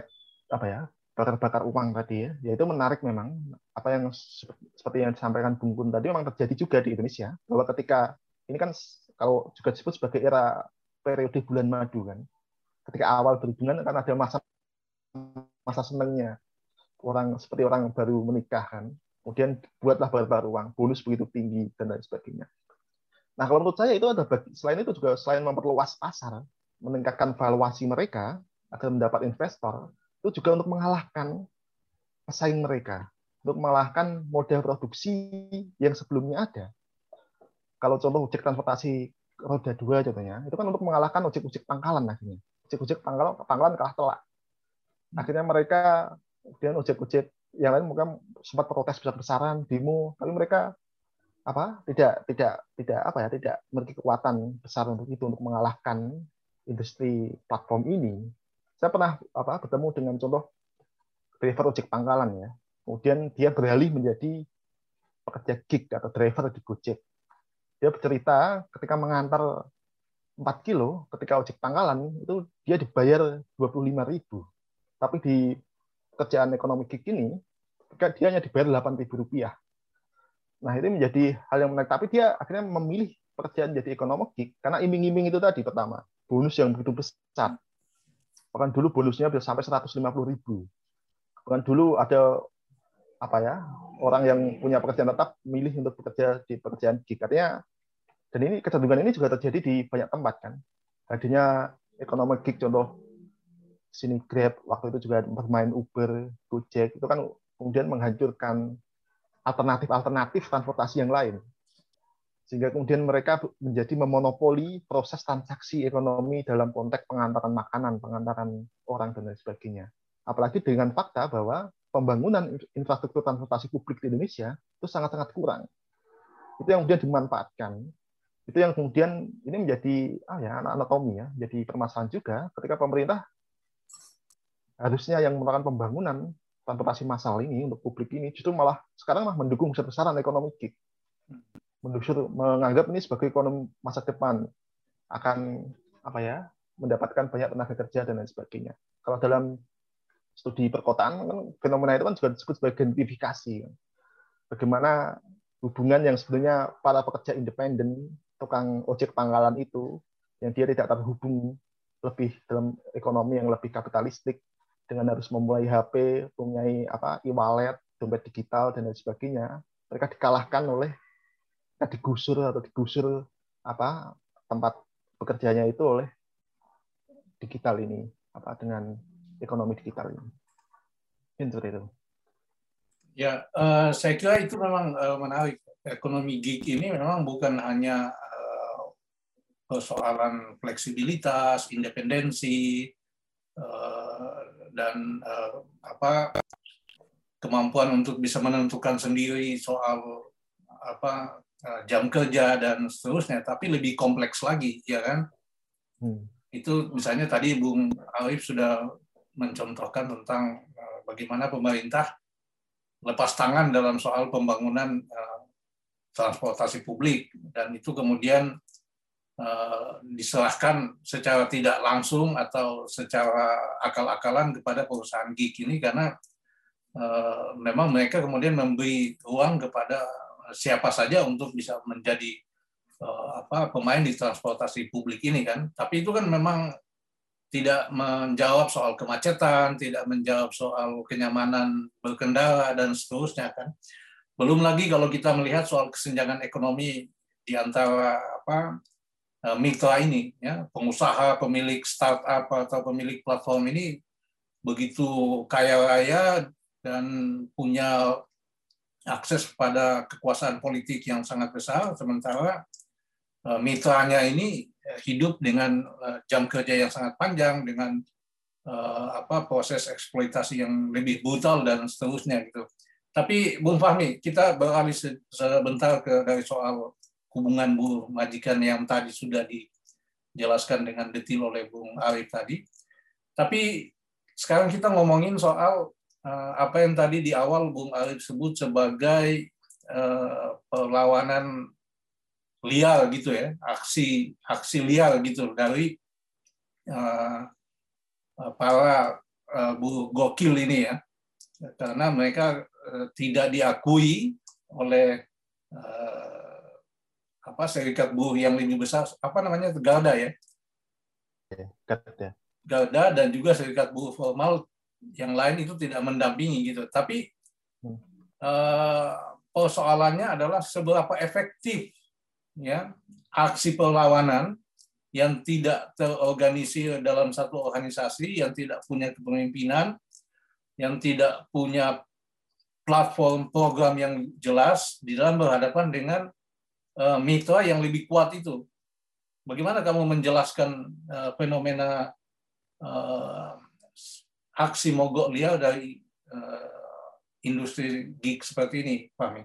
bakar-bakar uang tadi ya, yaitu menarik memang apa yang seperti yang disampaikan Bung Kun tadi memang terjadi juga di Indonesia, bahwa ketika ini kan kalau juga disebut sebagai era periode bulan madu kan. Ketika awal berhubungan kan ada masa senangnya seperti orang baru menikah kan. Kemudian buatlah bakar uang, bonus begitu tinggi dan lain sebagainya. Nah, kalau menurut saya itu selain itu juga selain memperluas pasar, meningkatkan valuasi mereka agar mendapat investor, itu juga untuk mengalahkan pesaing mereka, untuk mengalahkan model produksi yang sebelumnya ada. Kalau contoh ojek transportasi roda 2 contohnya, itu kan untuk mengalahkan ojek-ojek pangkalan akhirnya. Ojek-ojek pangkalan kalah telak. Akhirnya mereka, kemudian ojek-ojek yang lain mungkin sempat protes besar-besaran, demo, tapi mereka tidak memiliki kekuatan besar untuk itu, untuk mengalahkan industri platform ini. Saya pernah bertemu dengan contoh driver ojek pangkalan ya. Kemudian dia beralih menjadi pekerja gig atau driver di Gojek. Dia bercerita ketika mengantar 4 kilo, ketika ojek pangkalan, itu dia dibayar 25.000. Tapi di pekerjaan ekonomi gig ini, dia hanya dibayar 8.000 rupiah. Nah, ini menjadi hal yang menarik. Tapi dia akhirnya memilih pekerjaan jadi ekonomi gig, karena iming-iming itu tadi pertama. Bonus yang begitu besar. Bahkan dulu bonusnya bisa sampai 150.000. Bahkan dulu ada orang yang punya pekerjaan tetap milih untuk bekerja di pekerjaan gig. Artinya, dan ini kecenderungan ini juga terjadi di banyak tempat kan. Hadirnya ekonomi gig, contoh sini Grab waktu itu juga bermain Uber, Gojek, itu kan kemudian menghancurkan alternatif transportasi yang lain. Sehingga kemudian mereka menjadi memonopoli proses transaksi ekonomi dalam konteks pengantaran makanan, pengantaran orang dan lain sebagainya. Apalagi dengan fakta bahwa pembangunan infrastruktur transportasi publik di Indonesia itu sangat-sangat kurang. Itu yang kemudian dimanfaatkan. Itu yang kemudian ini menjadi anatomi ya, jadi permasalahan juga ketika pemerintah harusnya yang melakukan pembangunan transportasi massal ini untuk publik ini justru sekarang mendukung besar-besaran ekonomi gig. Menganggap ini sebagai ekonomi masa depan akan mendapatkan banyak tenaga kerja dan lain sebagainya. Kalau dalam studi perkotaan kan fenomena itu kan juga disebut sebagai gentrifikasi. Bagaimana hubungan yang sebenarnya para pekerja independen, tukang ojek pangkalan itu, yang dia tidak terhubung lebih dalam ekonomi yang lebih kapitalistik, dengan harus memulai HP, mempunyai e-wallet, dompet digital dan lain sebagainya, mereka dikalahkan oleh digusur tempat bekerjanya itu oleh digital ini, dengan ekonomi digital ini. Seperti itu. Ya, saya kira itu memang menarik. Ekonomi gig ini memang bukan hanya persoalan fleksibilitas, independensi, dan kemampuan untuk bisa menentukan sendiri soal jam kerja dan seterusnya, tapi lebih kompleks lagi, ya kan? Itu misalnya tadi Bung Arif sudah mencontohkan tentang bagaimana pemerintah lepas tangan dalam soal pembangunan transportasi publik, dan itu kemudian diserahkan secara tidak langsung atau secara akal-akalan kepada perusahaan gig ini, karena memang mereka kemudian memberi ruang kepada siapa saja untuk bisa menjadi pemain di transportasi publik ini kan. Tapi itu kan memang tidak menjawab soal kemacetan, tidak menjawab soal kenyamanan berkendara dan seterusnya kan. Belum lagi kalau kita melihat soal kesenjangan ekonomi di antara mitra ini, ya, pengusaha, pemilik startup atau pemilik platform ini begitu kaya raya dan punya akses pada kekuasaan politik yang sangat besar, sementara mitranya ini hidup dengan jam kerja yang sangat panjang, dengan proses eksploitasi yang lebih brutal dan seterusnya gitu. Tapi Bung Fahmi, kita beralih sebentar dari soal hubungan buruh majikan yang tadi sudah dijelaskan dengan detail oleh Bung Arif tadi. Tapi sekarang kita ngomongin soal apa yang tadi di awal Bung Arif sebut sebagai perlawanan liar gitu ya, aksi liar gitu dari para buruh gokil ini ya, karena mereka tidak diakui oleh serikat buruh yang lebih besar, apa namanya, Garda ya, Garda, dan juga serikat buruh formal yang lain itu tidak mendampingi gitu. Tapi persoalannya adalah seberapa efektif ya aksi perlawanan yang tidak terorganisir dalam satu organisasi, yang tidak punya kepemimpinan, yang tidak punya platform program yang jelas di dalam berhadapan dengan mitra yang lebih kuat itu. Bagaimana kamu menjelaskan fenomena aksi mogok liar dari industri gig seperti ini, Fahmi?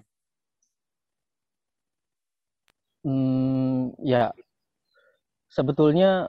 Ya, sebetulnya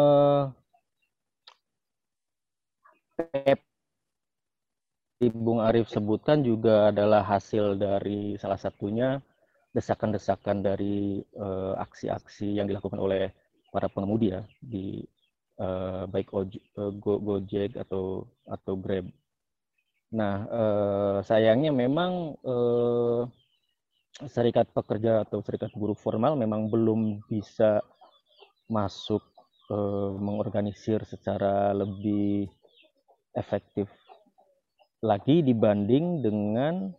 Bung Arif sebutkan juga adalah hasil dari salah satunya desakan-desakan dari aksi-aksi yang dilakukan oleh para pengemudi ya di baik Gojek atau Grab. Nah, sayangnya memang serikat pekerja atau serikat buruh formal memang belum bisa masuk mengorganisir secara lebih efektif lagi dibanding dengan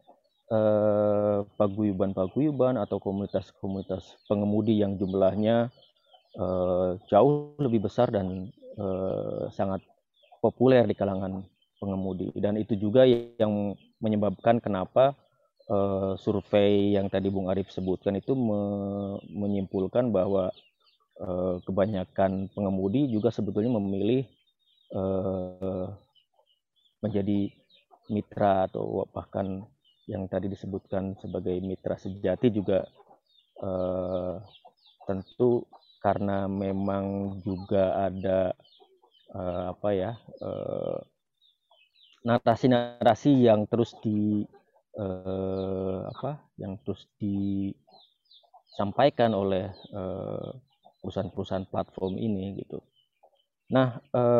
paguyuban atau komunitas-komunitas pengemudi yang jumlahnya jauh lebih besar dan sangat populer di kalangan pengemudi. Dan itu juga yang menyebabkan kenapa survei yang tadi Bung Arif sebutkan itu menyimpulkan bahwa kebanyakan pengemudi juga sebetulnya memilih menjadi mitra atau bahkan yang tadi disebutkan sebagai mitra sejati juga tentu karena memang juga ada narasi-narasi yang terus disampaikan oleh perusahaan-perusahaan platform ini gitu. Nah,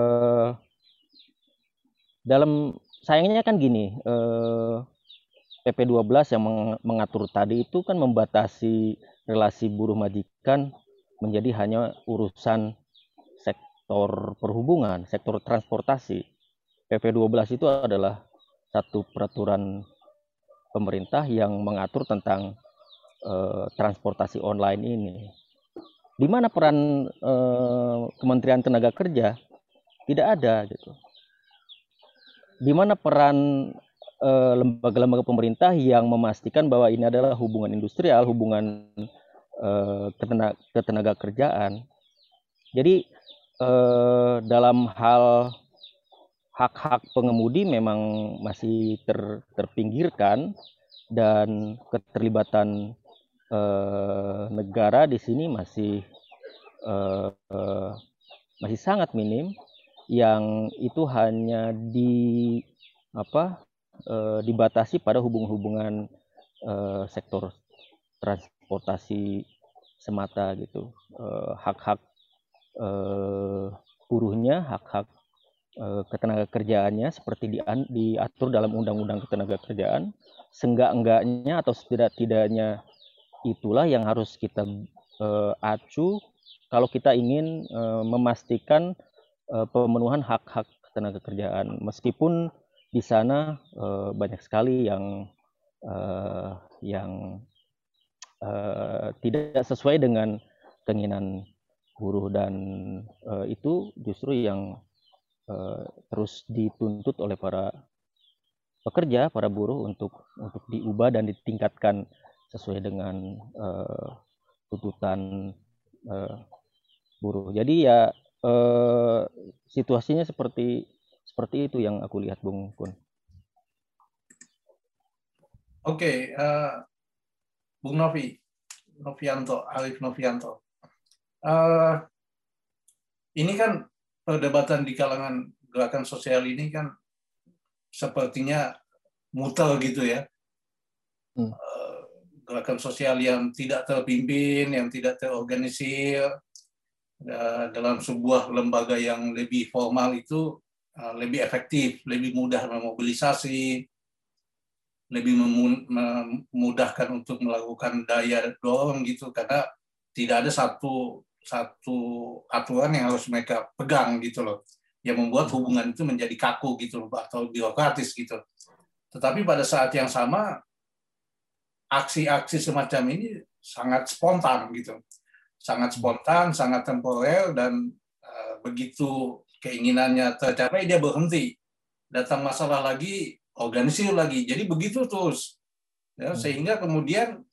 sayangnya kan gini, PP 12 yang mengatur tadi itu kan membatasi relasi buruh majikan menjadi hanya urusan sektor perhubungan, sektor transportasi. PP 12 itu adalah satu peraturan pemerintah yang mengatur tentang transportasi online ini. Di mana peran Kementerian Tenaga Kerja? Tidak ada gitu. Di mana peran lembaga-lembaga pemerintah yang memastikan bahwa ini adalah hubungan industrial, hubungan ketenaga kerjaan. Jadi dalam hal hak-hak pengemudi memang masih terpinggirkan dan keterlibatan negara di sini masih sangat minim, yang itu hanya dibatasi pada hubungan sektor transportasi semata gitu. Hak-hak buruhnya, hak-hak ketenaga kerjaannya seperti diatur dalam Undang-Undang Ketenaga Kerjaan, seenggak-enggaknya atau setidak-tidaknya itulah yang harus kita acu kalau kita ingin memastikan pemenuhan hak-hak ketenaga kerjaan, meskipun di sana banyak sekali yang tidak sesuai dengan keinginan buruh, dan itu justru yang terus dituntut oleh para pekerja, para buruh untuk diubah dan ditingkatkan sesuai dengan tuntutan buruh. Jadi ya situasinya seperti itu yang aku lihat, Bung Kun. Oke, Bung Novi, Arif Novianto. Ini kan perdebatan di kalangan gerakan sosial ini kan sepertinya muter gitu ya. Gerakan sosial yang tidak terpimpin, yang tidak terorganisir dalam sebuah lembaga yang lebih formal itu lebih efektif, lebih mudah memobilisasi, lebih memudahkan untuk melakukan daya dorong gitu, karena tidak ada satu aturan yang harus mereka pegang gitu loh, yang membuat hubungan itu menjadi kaku gitu loh, atau birokratis gitu. Tetapi pada saat yang sama aksi-aksi semacam ini sangat spontan gitu, sangat spontan, sangat temporer, dan begitu keinginannya tercapai dia berhenti, datang masalah lagi, organisir lagi, jadi begitu terus ya, sehingga kemudian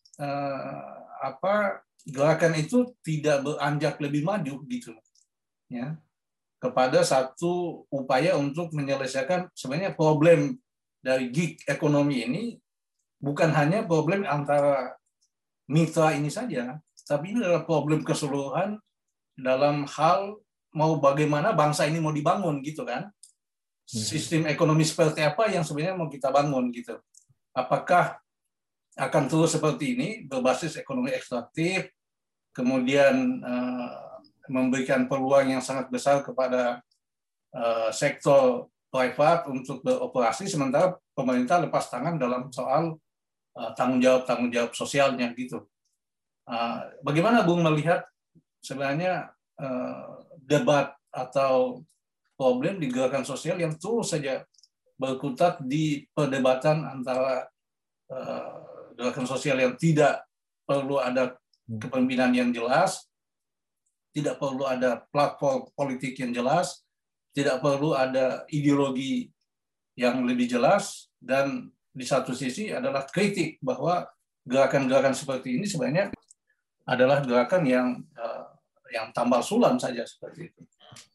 gerakan itu tidak beranjak lebih maju gitu ya, kepada satu upaya untuk menyelesaikan sebenarnya problem dari gig ekonomi ini. Bukan hanya problem antara mitra ini saja, tapi ini adalah problem keseluruhan dalam hal mau bagaimana bangsa ini mau dibangun gitu kan. Sistem ekonomi seperti apa yang sebenarnya mau kita bangun gitu. Apakah akan terus seperti ini, berbasis ekonomi ekstraktif, kemudian memberikan peluang yang sangat besar kepada sektor privat untuk beroperasi, sementara pemerintah lepas tangan dalam soal tanggung jawab sosialnya gitu. Bagaimana Bung melihat sebenarnya debat atau problem di gerakan sosial yang terus saja berkutat di perdebatan antara gerakan sosial yang tidak perlu ada kepemimpinan yang jelas, tidak perlu ada platform politik yang jelas, tidak perlu ada ideologi yang lebih jelas, dan di satu sisi adalah kritik bahwa gerakan-gerakan seperti ini sebenarnya adalah gerakan yang tambal sulam saja seperti itu.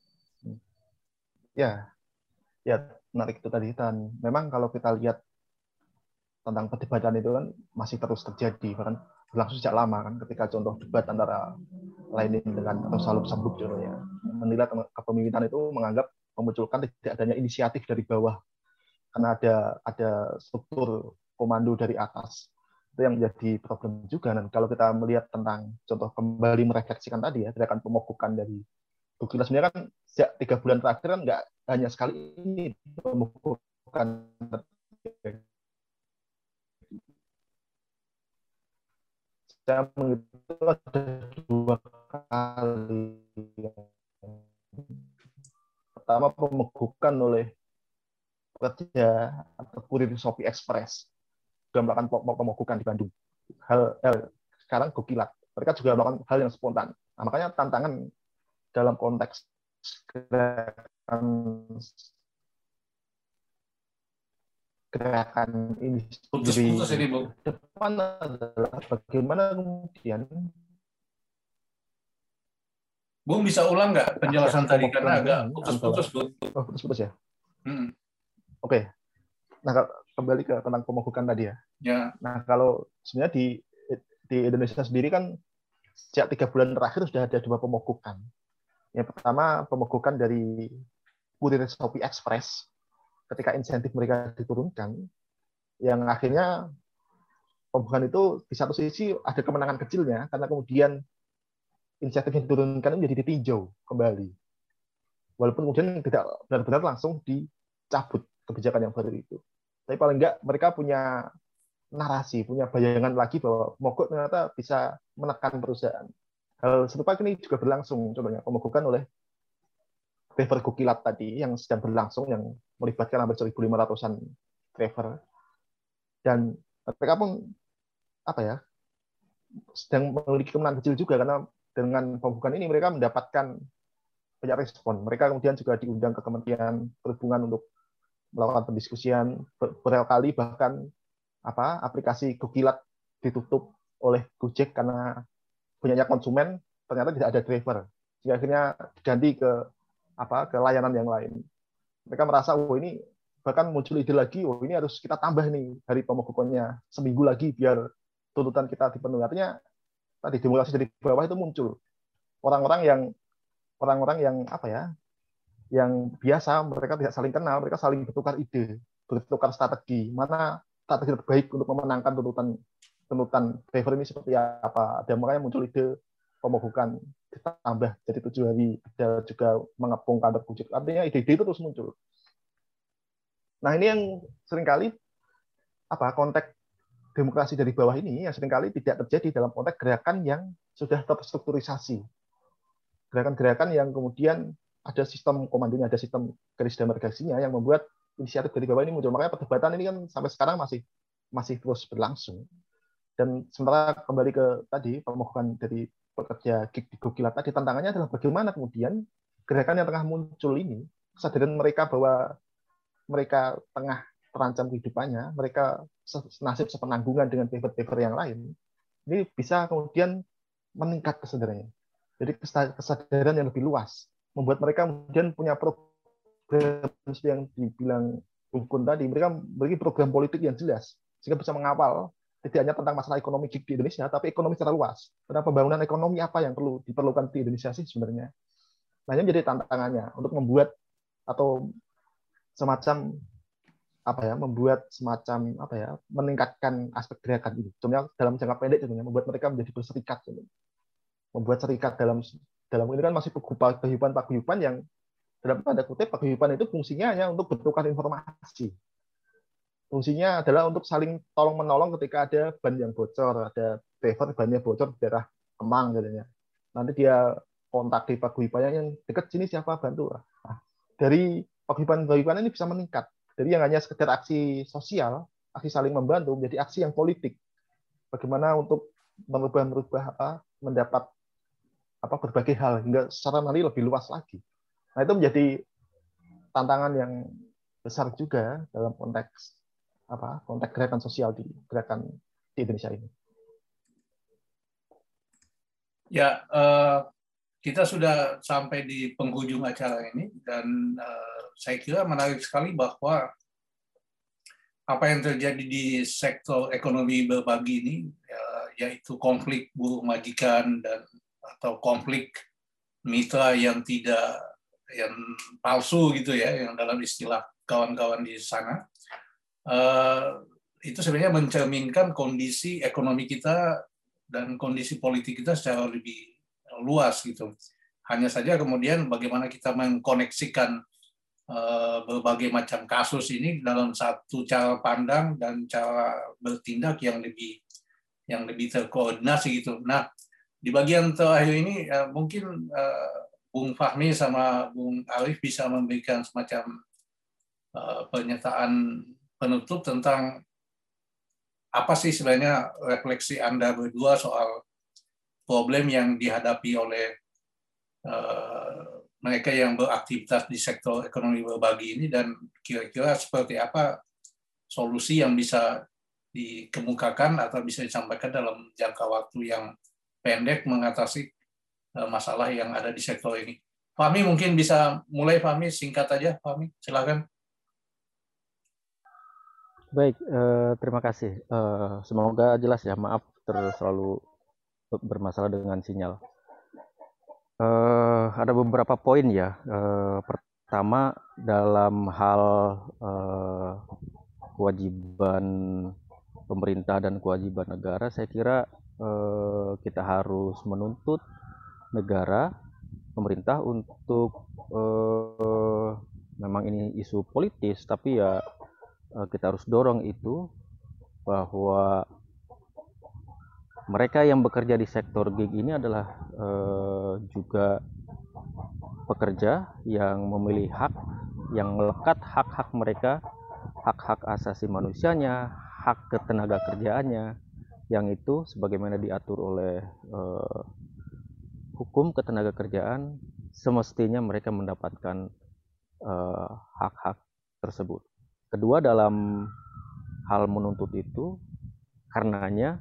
Ya, menarik itu tadi. Dan memang kalau kita lihat tentang perdebatan itu kan masih terus terjadi, bahkan berlangsung sejak lama kan. Ketika contoh debat antara Lenin dengan atau Salup Sambuk contohnya, menilai kepemimpinan itu menganggap memunculkan tidak adanya inisiatif dari bawah, karena ada struktur komando dari atas. Itu yang menjadi problem juga. Dan kalau kita melihat tentang contoh kembali merefleksikan tadi ya, gerakan pemogokan dari Gugila sebenarnya kan sejak 3 bulan terakhir kan nggak hanya sekali ini pemogokan, saya menghitung ada 2 kali. Pertama pemogokan oleh pekerja atau kurir Shopee Express, juga melakukan pemogokan di Bandung. Sekarang Gokilat, mereka juga melakukan hal yang spontan. Nah, makanya tantangan dalam konteks gerakan ini Putus-putus ini, Bu. depan adalah bagaimana kemudian Bung bisa ulang nggak penjelasan tadi karena agak putus-putus, Bu. Oh, putus-putus ya. Oke. Nah, kembali ke tentang pemogokan tadi ya. Ya. Nah, kalau sebenarnya di Indonesia sendiri kan sejak 3 bulan terakhir sudah ada 2 pemogokan. Yang pertama pemogokan dari kurir Shopee Express ketika insentif mereka diturunkan, yang akhirnya pemogokan itu di satu sisi ada kemenangan kecilnya karena kemudian insentif yang diturunkan menjadi ditinjau kembali, walaupun kemudian tidak benar-benar langsung dicabut kebijakan yang baru itu. Tapi paling enggak mereka punya narasi, punya bayangan lagi bahwa mogok ternyata bisa menekan perusahaan. Hal serupa ini juga berlangsung, contohnya pemogokan oleh driver Gokilat tadi yang sedang berlangsung, yang melibatkan hampir 1.500-an driver. Dan mereka pun sedang memiliki kemenangan kecil juga, karena dengan pemogokan ini mereka mendapatkan banyak respon. Mereka kemudian juga diundang ke Kementerian Perhubungan untuk melakukan pendiskusian beberapa kali, bahkan aplikasi Gokilat ditutup oleh Gojek karena banyaknya konsumen ternyata tidak ada driver, sehingga akhirnya diganti ke layanan yang lain. Mereka merasa ini bahkan muncul ide lagi, ini harus kita tambah nih hari pemogokannya seminggu lagi biar tuntutan kita dipenuhi. Artinya tadi demokrasi dari bawah itu muncul. Orang-orang yang apa ya, yang biasa mereka tidak saling kenal, mereka saling bertukar ide, bertukar strategi, mana strategi terbaik untuk memenangkan tuntutan driver ini seperti apa. Dan makanya muncul ide pemogokan ditambah jadi 7 hari, ada juga mengepung kantor Gojek. Artinya ide-ide itu terus muncul. Nah ini yang seringkali konteks demokrasi dari bawah ini yang seringkali tidak terjadi dalam konteks gerakan yang sudah terstrukturisasi. Gerakan-gerakan yang kemudian ada sistem komandonya, ada sistem garis demarkasinya yang membuat inisiatif dari bawah ini muncul. Makanya perdebatan ini kan sampai sekarang masih terus berlangsung. Dan sementara kembali ke tadi pemogokan dari pekerja gig di Gokilat tadi, tantangannya adalah bagaimana kemudian gerakan yang tengah muncul ini, kesadaran mereka bahwa mereka tengah terancam kehidupannya, mereka nasib sepenanggungan dengan driver-driver yang lain, ini bisa kemudian meningkat kesadarannya. Jadi kesadaran yang lebih luas, membuat mereka kemudian punya program yang dibilang Bung Kun tadi, mereka memiliki program politik yang jelas, sehingga bisa mengawal tidak hanya tentang masalah ekonomi gig di Indonesia, tapi ekonomi secara luas. Tentang pembangunan ekonomi apa yang perlu diperlukan di Indonesia sih sebenarnya. Nah, ini menjadi tantangannya untuk membuat atau semacam meningkatkan aspek gerakan ini. Contohnya dalam jangka pendek, contohnya membuat mereka menjadi berserikat, membuat serikat dalam ini kan masih paguyuban yang dalam tanda kutip paguyuban itu fungsinya hanya untuk bertukar informasi. Fungsinya adalah untuk saling tolong menolong ketika ada ban yang bocor, ada driver bannya bocor di daerah Kemang katanya. Nanti dia kontak di paguyubannya yang dekat sini siapa bantu. Nah, dari paguyuban ini bisa meningkat. Jadi yang hanya sekedar aksi sosial, aksi saling membantu menjadi aksi yang politik. Bagaimana untuk mendapat berbagai hal hingga secara nanti lebih luas lagi. Nah, itu menjadi tantangan yang besar juga dalam konteks gerakan sosial di Indonesia ini. Ya, kita sudah sampai di penghujung acara ini dan saya kira menarik sekali bahwa apa yang terjadi di sektor ekonomi berbagi ini, yaitu konflik buruh majikan atau konflik mitra yang palsu gitu ya, yang dalam istilah kawan-kawan di sana, itu sebenarnya mencerminkan kondisi ekonomi kita dan kondisi politik kita secara lebih luas gitu. Hanya saja kemudian bagaimana kita mengkoneksikan berbagai macam kasus ini dalam satu cara pandang dan cara bertindak yang lebih terkoordinasi gitu. Nah, di bagian terakhir ini mungkin Bung Fahmi sama Bung Arif bisa memberikan semacam pernyataan penutup tentang apa sih sebenarnya refleksi Anda berdua soal problem yang dihadapi oleh mereka yang beraktivitas di sektor ekonomi berbagi ini, dan kira-kira seperti apa solusi yang bisa dikemukakan atau bisa disampaikan dalam jangka waktu yang pendek mengatasi masalah yang ada di sektor ini. Fahmi mungkin bisa mulai. Fahmi, singkat aja. Fahmi, silakan. Baik, terima kasih. Semoga jelas ya, maaf selalu bermasalah dengan sinyal. Ada beberapa poin ya. Pertama, dalam hal kewajiban pemerintah dan kewajiban negara, saya kira kita harus menuntut negara, pemerintah untuk memang ini isu politis, tapi ya kita harus dorong itu bahwa mereka yang bekerja di sektor gig ini adalah juga pekerja yang memiliki hak, yang melekat hak-hak mereka, hak-hak asasi manusianya, hak ketenaga kerjaannya, yang itu sebagaimana diatur oleh hukum ketenaga kerjaan, semestinya mereka mendapatkan hak-hak tersebut. Kedua, dalam hal menuntut itu, karenanya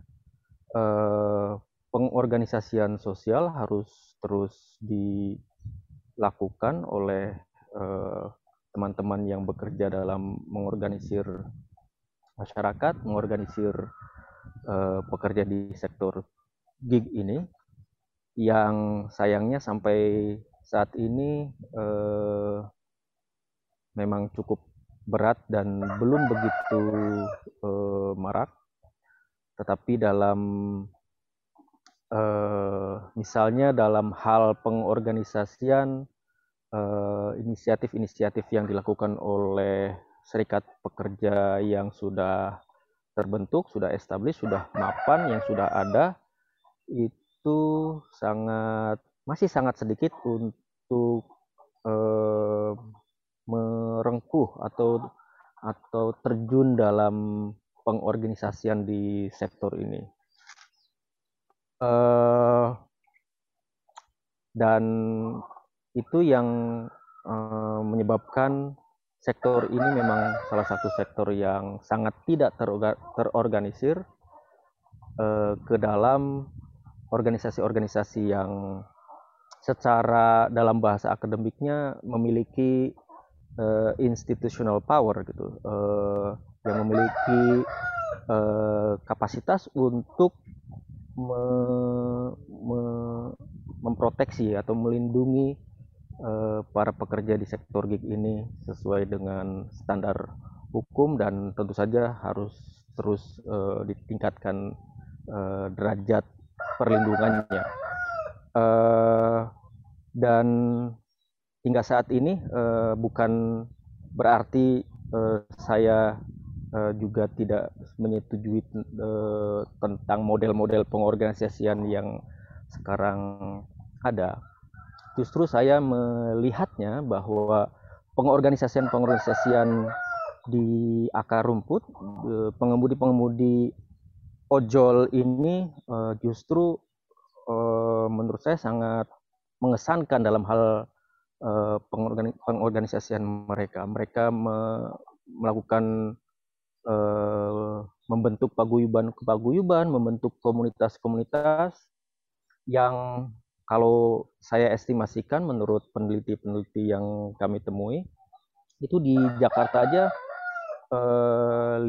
pengorganisasian sosial harus terus dilakukan oleh teman-teman yang bekerja dalam mengorganisir masyarakat, mengorganisir pekerja di sektor gig ini yang sayangnya sampai saat ini memang cukup berat dan belum begitu marak. Tetapi dalam misalnya dalam hal pengorganisasian inisiatif-inisiatif yang dilakukan oleh serikat pekerja yang sudah terbentuk, sudah established, sudah mapan, yang sudah ada, itu masih sangat sedikit untuk merengkuh atau terjun dalam pengorganisasian di sektor ini. Dan itu yang menyebabkan sektor ini memang salah satu sektor yang sangat tidak terorganisir ke dalam organisasi-organisasi yang secara dalam bahasa akademiknya memiliki institutional power gitu, yang memiliki kapasitas untuk memproteksi atau melindungi para pekerja di sektor gig ini sesuai dengan standar hukum, dan tentu saja harus terus ditingkatkan derajat perlindungannya. Dan hingga saat ini bukan berarti saya juga tidak menyetujui tentang model-model pengorganisasian yang sekarang ada. Justru saya melihatnya bahwa pengorganisasian di akar rumput, pengemudi-pengemudi ojol ini justru menurut saya sangat mengesankan dalam hal pengorganisasian mereka. Mereka melakukan membentuk paguyuban, membentuk komunitas-komunitas yang kalau saya estimasikan menurut peneliti-peneliti yang kami temui, itu di Jakarta aja 5.000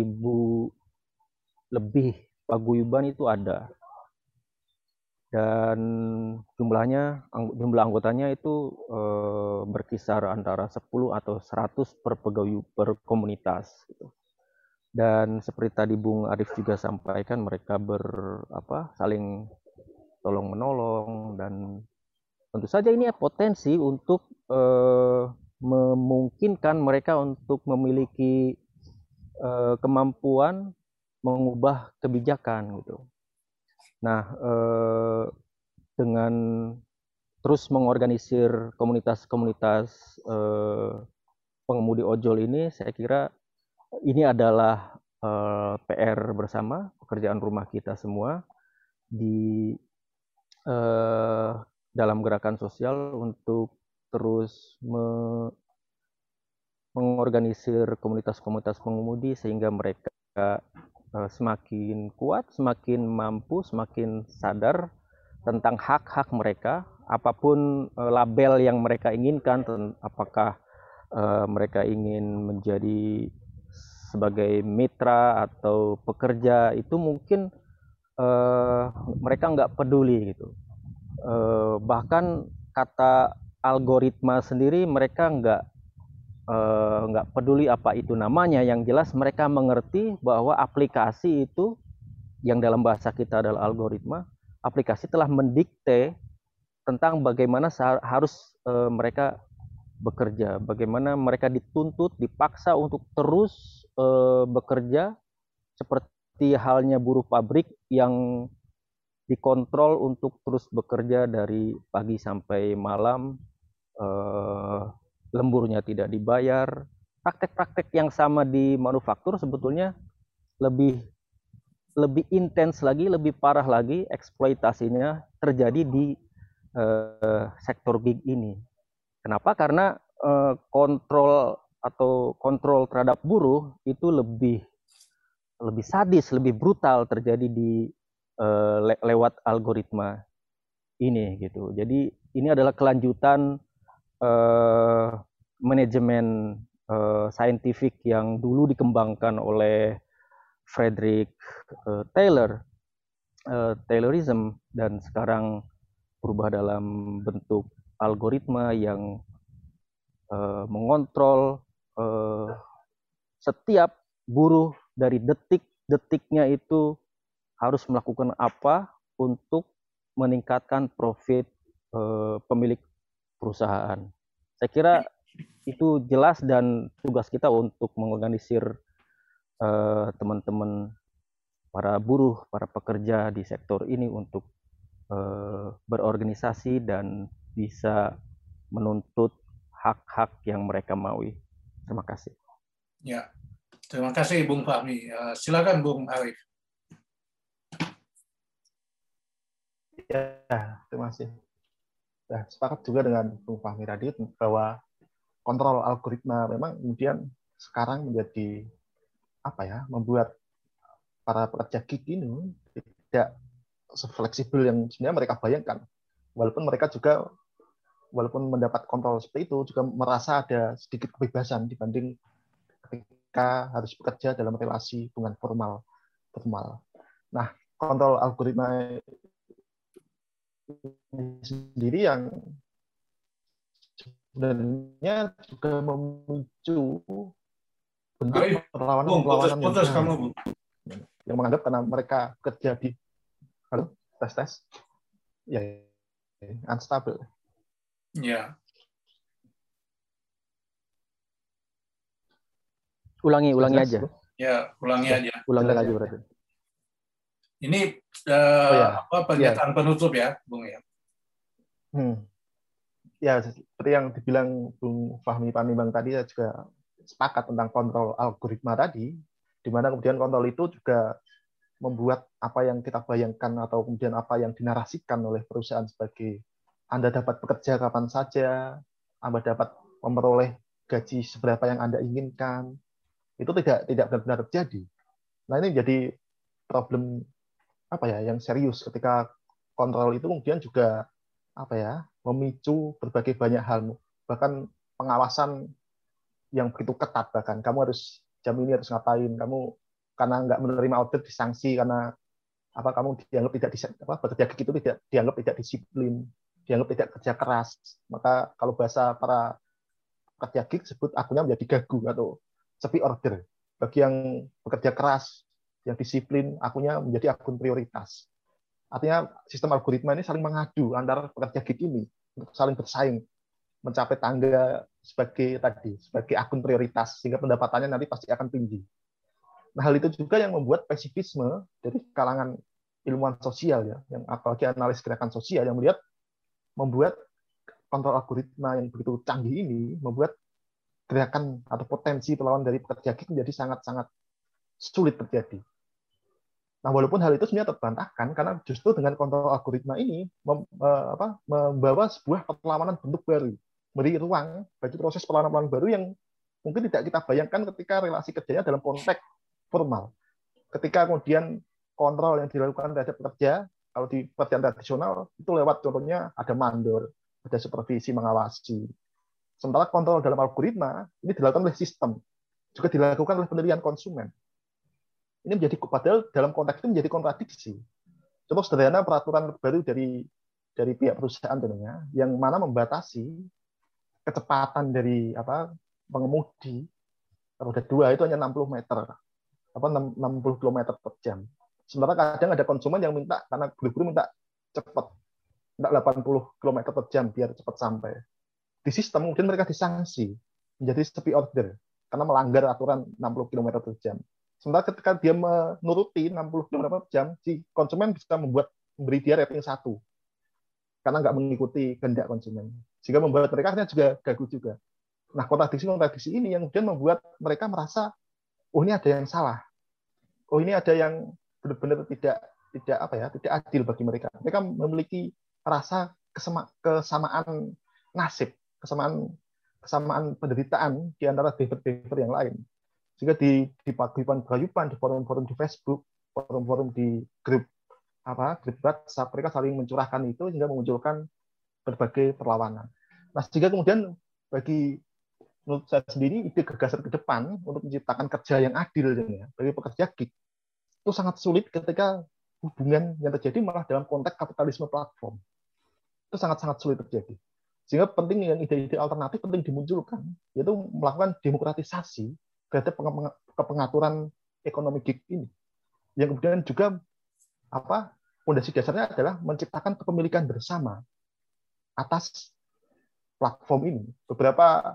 lebih paguyuban itu ada. Dan jumlah anggotanya itu berkisar antara 10 atau 100 per komunitas gitu. Dan seperti tadi Bung Arif juga sampaikan, mereka saling tolong menolong, dan tentu saja ini potensi untuk memungkinkan mereka untuk memiliki kemampuan mengubah kebijakan gitu. Nah, dengan terus mengorganisir komunitas-komunitas pengemudi ojol ini, saya kira ini adalah PR bersama, pekerjaan rumah kita semua di dalam gerakan sosial untuk terus mengorganisir komunitas-komunitas pengemudi sehingga mereka semakin kuat, semakin mampu, semakin sadar tentang hak-hak mereka, apapun label yang mereka inginkan, apakah mereka ingin menjadi sebagai mitra atau pekerja, itu mungkin mereka nggak peduli gitu. Bahkan kata algoritma sendiri mereka nggak peduli apa itu namanya. Yang jelas mereka mengerti bahwa aplikasi itu, yang dalam bahasa kita adalah algoritma, aplikasi telah mendikte tentang bagaimana harus mereka bekerja, bagaimana mereka dituntut, dipaksa untuk terus bekerja, seperti halnya buruh pabrik yang dikontrol untuk terus bekerja dari pagi sampai malam, lemburnya tidak dibayar. Praktek-praktek yang sama di manufaktur sebetulnya lebih intens lagi, lebih parah lagi eksploitasinya terjadi di sektor gig ini. Kenapa? Karena kontrol terhadap buruh itu lebih sadis, lebih brutal terjadi di lewat algoritma ini gitu. Jadi ini adalah kelanjutan manajemen saintifik yang dulu dikembangkan oleh Frederick Taylor, Taylorism dan sekarang berubah dalam bentuk algoritma yang mengontrol setiap buruh dari detik-detiknya itu harus melakukan apa untuk meningkatkan profit pemilik perusahaan. Saya kira itu jelas dan tugas kita untuk mengorganisir teman-teman para buruh, para pekerja di sektor ini untuk berorganisasi dan bisa menuntut hak-hak yang mereka maui. Terima kasih. Ya, terima kasih Bung Fahmi. Silakan Bung Arif. Ya, terima kasih. Nah, sepakat juga dengan Bung Fahmi tadi bahwa kontrol algoritma memang kemudian sekarang menjadi apa ya, membuat para pekerja gig ini tidak sefleksibel yang sebenarnya mereka bayangkan. Walaupun mereka juga walaupun mendapat kontrol seperti itu juga merasa ada sedikit kebebasan dibanding ketika harus bekerja dalam relasi hubungan formal. Nah, kontrol algoritma sendiri yang sebenarnya juga memicu bentuk Arif, Bung, perlawanan putus kamu, Bung. yang menganggap karena mereka kerja di tes ya unstable. Ya. Ulangi aja. Ya, ulangi aja. Ulangi lagi berarti. Ini ya. pernyataan penutup ya, Bung ya. Ya, seperti yang dibilang Bung Fahmi Panimbang tadi, saya juga sepakat tentang kontrol algoritma tadi, di mana kemudian kontrol itu juga membuat apa yang kita bayangkan atau kemudian apa yang dinarasikan oleh perusahaan sebagai Anda dapat bekerja kapan saja, Anda dapat memperoleh gaji seberapa yang Anda inginkan, itu tidak benar-benar terjadi. Nah, ini jadi problem apa ya yang serius ketika kontrol itu kemudian juga apa ya memicu berbagai banyak hal, bahkan pengawasan yang begitu ketat, bahkan kamu harus jam ini harus ngapain, kamu karena nggak menerima order disanksi karena apa kamu dianggap tidak bekerja gitu, tidak dianggap tidak disiplin, dianggap tidak kerja keras. Maka kalau bahasa para pekerja gig sebut akunnya menjadi gagu atau sepi order. Bagi yang bekerja keras, yang disiplin, akunnya menjadi akun prioritas. Artinya sistem algoritma ini saling mengadu antara pekerja gig ini untuk saling bersaing mencapai tangga sebagai akun prioritas sehingga pendapatannya nanti pasti akan tinggi. Nah, hal itu juga yang membuat pesimisme dari kalangan ilmuwan sosial ya, yang apalagi analis gerakan sosial yang membuat kontrol algoritma yang begitu canggih ini membuat gerakan atau potensi perlawanan dari pekerja gig menjadi sangat-sangat sulit terjadi. Nah, walaupun hal itu sebenarnya terbantahkan karena justru dengan kontrol algoritma ini membawa sebuah perlawanan bentuk baru, memberi ruang bagi proses perlawanan baru yang mungkin tidak kita bayangkan ketika relasi kerjanya dalam konteks formal. Ketika kemudian kontrol yang dilakukan terhadap pekerja, kalau di pekerjaan tradisional itu lewat contohnya ada mandor, ada supervisi mengawasi. Sementara kontrol dalam algoritma ini dilakukan oleh sistem, juga dilakukan oleh penilaian konsumen. Ini menjadi padahal dalam konteks itu menjadi kontradiksi. Contoh sederhana peraturan baru dari pihak perusahaan tentunya yang mana membatasi kecepatan dari pengemudi roda 2 itu hanya 60 meter, 60 km per jam. Sementara kadang ada konsumen yang minta karena buru-buru minta cepat, minta 80 km per jam biar cepat sampai. Di sistem kemudian mereka disanksi menjadi speed order karena melanggar aturan 60 km per jam. Sementara ketika dia menuruti 60 km per jam, si konsumen bisa memberi dia rating 1 karena nggak mengikuti kehendak konsumen. Sehingga membuat mereka akhirnya juga gagal juga. Nah, kontradiksi ini yang kemudian membuat mereka merasa, oh ini ada yang salah. Oh ini ada yang benar-benar tidak adil bagi mereka. Mereka memiliki rasa kesamaan nasib, kesamaan penderitaan di antara driver-driver yang lain. Sehingga di paguyuban, di forum-forum di Facebook, forum-forum di grup WhatsApp, mereka saling mencurahkan itu sehingga memunculkan berbagai perlawanan. Nah, sehingga kemudian menurut saya sendiri ide gagasan ke depan untuk menciptakan kerja yang adil ya, bagi pekerja gig itu sangat sulit ketika hubungan yang terjadi malah dalam konteks kapitalisme platform. Itu sangat-sangat sulit terjadi. Sehingga penting yang ide-ide alternatif penting dimunculkan, yaitu melakukan demokratisasi terhadap pengaturan ekonomi gig ini. Yang kemudian juga fondasi dasarnya adalah menciptakan kepemilikan bersama atas platform ini. Beberapa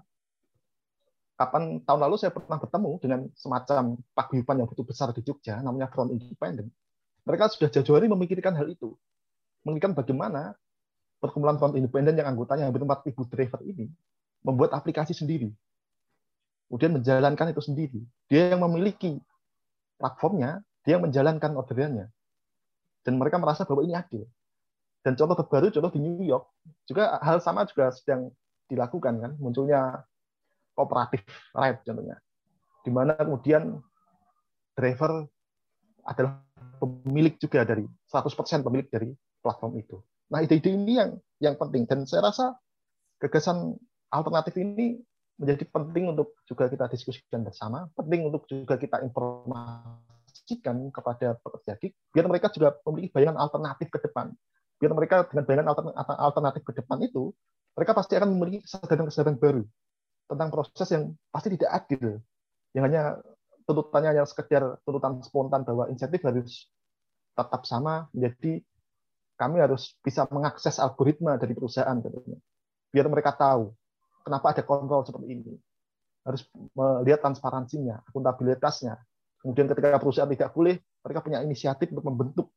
tahun lalu saya pernah bertemu dengan semacam paguyuban yang begitu besar di Jogja, namanya Front Independent. Mereka sudah jauh-jauh hari memikirkan hal itu. Memikirkan bagaimana perkumpulan Front Independent yang anggotanya hampir 4.000 driver ini membuat aplikasi sendiri. Kemudian menjalankan itu sendiri. Dia yang memiliki platformnya, dia yang menjalankan orderannya. Dan mereka merasa bahwa ini adil. Dan contoh terbaru, contoh di New York, juga hal sama juga sedang dilakukan, kan, munculnya kooperatif ride contohnya, di mana kemudian driver adalah pemilik juga dari 100% pemilik dari platform itu. Nah, ide-ide ini yang penting, dan saya rasa gagasan alternatif ini menjadi penting untuk juga kita diskusikan bersama, penting untuk juga kita informasikan kepada pekerja gig, biar mereka juga memiliki bayangan alternatif ke depan. Biar mereka dengan bayangan alternatif ke depan itu, mereka pasti akan memiliki kesadaran-kesadaran baru tentang proses yang pasti tidak adil, yang hanya tuntutannya yang sekedar tuntutan spontan bahwa insentif harus tetap sama, menjadi kami harus bisa mengakses algoritma dari perusahaan, biar mereka tahu kenapa ada kontrol seperti ini, harus melihat transparansinya, akuntabilitasnya. Kemudian ketika perusahaan tidak boleh, mereka punya inisiatif untuk membentuk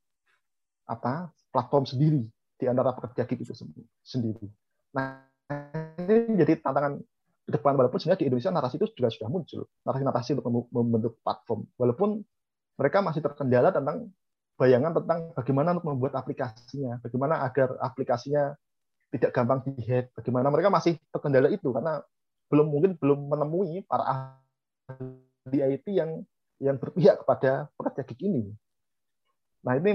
platform sendiri di antara pekerja gig itu sendiri. Nah, ini menjadi tantangan ke depan, walaupun sebenarnya di Indonesia narasi itu juga sudah muncul, narasi untuk membentuk platform, walaupun mereka masih terkendala tentang bayangan tentang bagaimana untuk membuat aplikasinya, bagaimana agar aplikasinya tidak gampang di-hack, bagaimana mereka masih terkendala itu karena belum menemui para ahli IT yang berpihak kepada pekerja gig ini. Nah, ini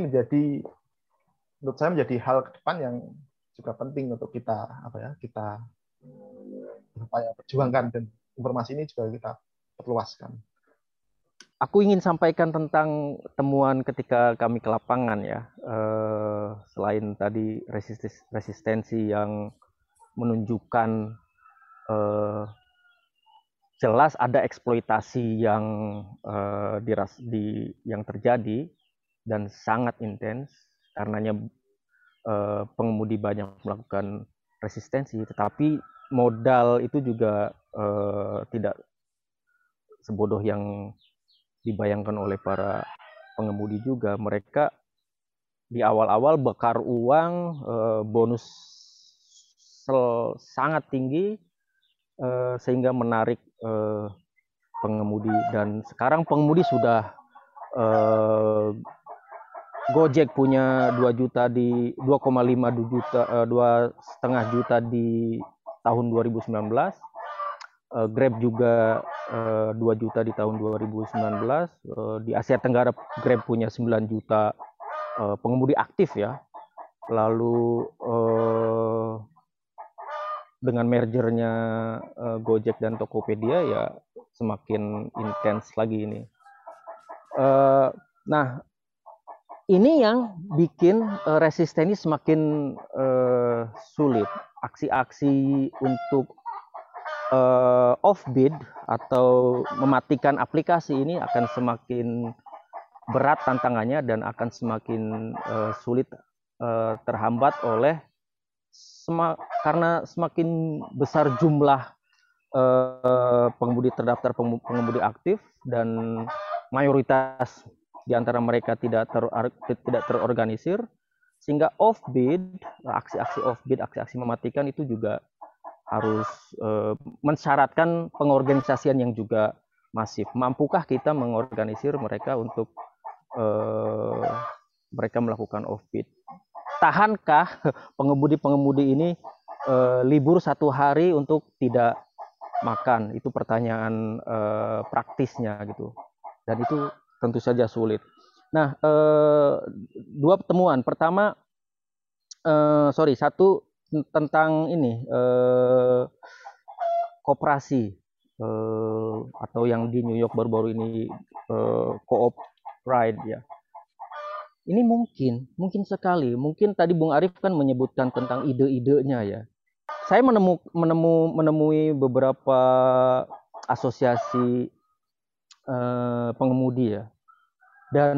menurut saya menjadi hal ke depan yang juga penting untuk kita kita berupaya perjuangkan, dan informasi ini juga kita perluaskan. Aku ingin sampaikan tentang temuan ketika kami ke lapangan ya. Selain tadi resistensi yang menunjukkan jelas ada eksploitasi yang yang terjadi dan sangat intens, karenanya pengemudi banyak melakukan resistensi, tetapi modal itu juga tidak sebodoh yang dibayangkan oleh para pengemudi juga. Mereka di awal-awal bakar uang, bonus sangat tinggi, sehingga menarik pengemudi. Dan sekarang pengemudi sudah Gojek punya 2,5 juta di tahun 2019. Grab juga 2 juta di tahun 2019. Di Asia Tenggara Grab punya 9 juta pengemudi aktif ya. Lalu dengan mergernya Gojek dan Tokopedia ya semakin intens lagi ini. Nah, ini yang bikin resisten ini semakin sulit. Aksi-aksi untuk off-bid atau mematikan aplikasi ini akan semakin berat tantangannya dan akan semakin sulit terhambat oleh karena semakin besar jumlah pengemudi terdaftar pengemudi aktif, dan mayoritas di antara mereka tidak terorganisir, sehingga aksi-aksi off-bid, aksi-aksi mematikan itu juga harus mensyaratkan pengorganisasian yang juga masif. Mampukah kita mengorganisir mereka untuk mereka melakukan off-bid? Tahankah pengemudi-pengemudi ini libur 1 hari untuk tidak makan? Itu pertanyaan praktisnya gitu. Dan itu tentu saja sulit. Nah, 2 temuan. Pertama, satu tentang ini koperasi atau yang di New York baru-baru ini Co-op Ride ya. Ini mungkin sekali. Mungkin tadi Bung Arief kan menyebutkan tentang ide-idenya ya. Saya menemui beberapa asosiasi pengemudi ya. Dan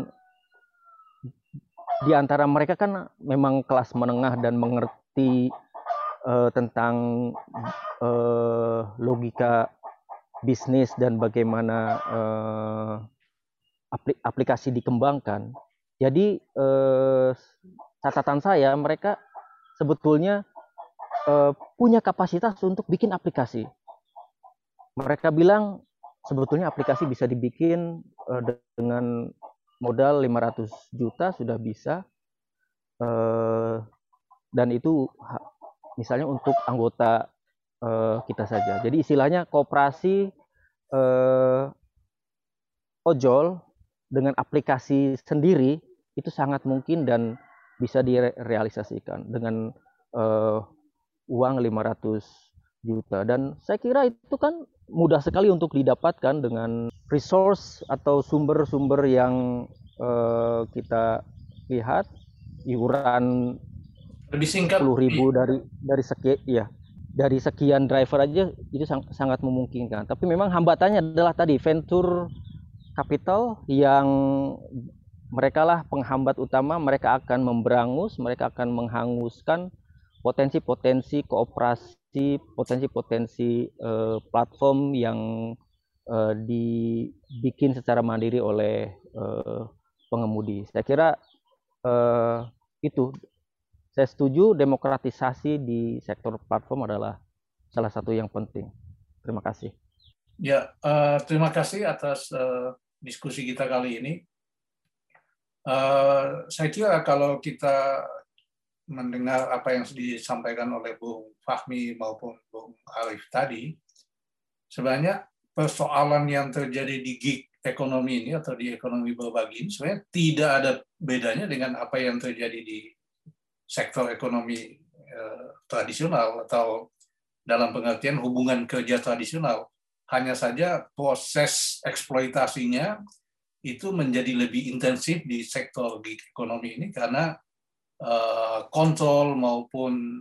di antara mereka kan memang kelas menengah dan mengerti tentang logika bisnis dan bagaimana aplikasi dikembangkan. Jadi catatan saya, mereka sebetulnya punya kapasitas untuk bikin aplikasi. Mereka bilang sebetulnya aplikasi bisa dibikin dengan modal 500 juta sudah bisa, dan itu misalnya untuk anggota kita saja. Jadi istilahnya koperasi ojol dengan aplikasi sendiri itu sangat mungkin dan bisa direalisasikan dengan uang 500 juta. Dan saya kira itu kan mudah sekali untuk didapatkan dengan resource atau sumber-sumber yang kita lihat, iuran lebih singkat 10.000 dari sekian driver aja itu sangat memungkinkan. Tapi memang hambatannya adalah tadi venture capital yang mereka lah penghambat utama. Mereka akan memberangus, mereka akan menghanguskan potensi-potensi kooperasi, potensi-potensi platform yang dibikin secara mandiri oleh pengemudi. Saya kira itu. Saya setuju demokratisasi di sektor platform adalah salah satu yang penting. Terima kasih. Ya, terima kasih atas diskusi kita kali ini. Saya kira kalau kita mendengar apa yang disampaikan oleh Bung Fahmi maupun Bung Arief tadi, sebenarnya persoalan yang terjadi di gig ekonomi ini atau di ekonomi berbagi ini sebenarnya tidak ada bedanya dengan apa yang terjadi di sektor ekonomi tradisional atau dalam pengertian hubungan kerja tradisional. Hanya saja proses eksploitasinya itu menjadi lebih intensif di sektor gig ekonomi ini karena kontrol maupun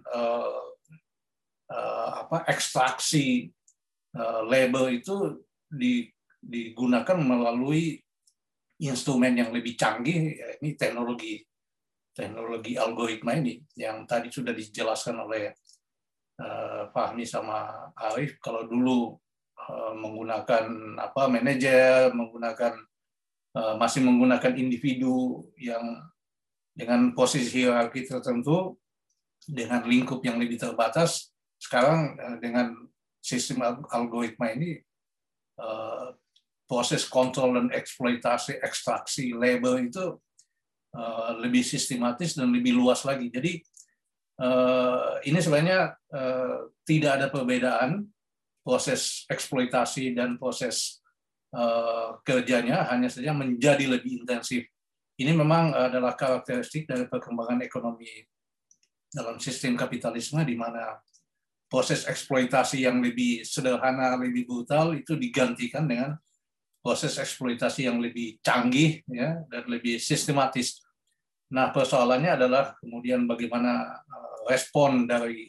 ekstraksi labor itu digunakan melalui instrumen yang lebih canggih, ini teknologi algoritma ini yang tadi sudah dijelaskan oleh Fahmi sama Arief. Kalau dulu menggunakan manajer, masih menggunakan individu yang dengan posisi hierarki tertentu, dengan lingkup yang lebih terbatas. Sekarang dengan sistem algoritma ini, proses kontrol dan eksploitasi, ekstraksi labor itu lebih sistematis dan lebih luas lagi. Jadi ini sebenarnya tidak ada perbedaan proses eksploitasi dan proses kerjanya, hanya saja menjadi lebih intensif. Ini memang adalah karakteristik dari perkembangan ekonomi dalam sistem kapitalisme, di mana proses eksploitasi yang lebih sederhana, lebih brutal itu digantikan dengan proses eksploitasi yang lebih canggih ya, dan lebih sistematis. Nah, persoalannya adalah kemudian bagaimana respon dari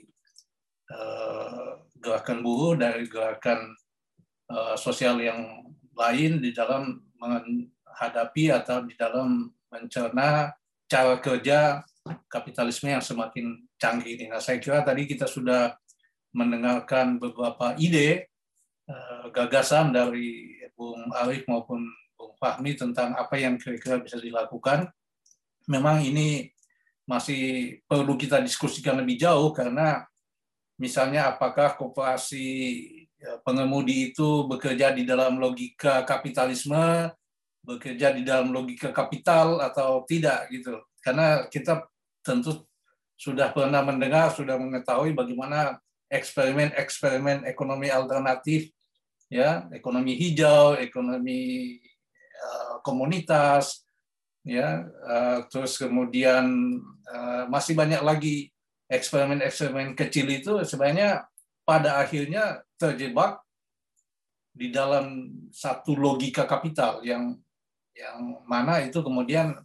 gerakan buruh, dari gerakan sosial yang lain di dalam menghadapi atau di dalam mencerna cara kerja kapitalisme yang semakin canggih ini. Nah, saya kira tadi kita sudah mendengarkan beberapa ide, gagasan dari Bung Arief maupun Bung Fahmi tentang apa yang kira-kira bisa dilakukan. Memang ini masih perlu kita diskusikan lebih jauh, karena misalnya apakah koperasi pengemudi itu bekerja di dalam logika kapitalisme, bekerja di dalam logika kapital atau tidak gitu. Karena kita tentu sudah pernah mendengar, sudah mengetahui bagaimana eksperimen ekonomi alternatif, ya, ekonomi hijau, ekonomi komunitas, ya, terus kemudian masih banyak lagi eksperimen kecil itu sebenarnya pada akhirnya terjebak di dalam satu logika kapital yang mana itu kemudian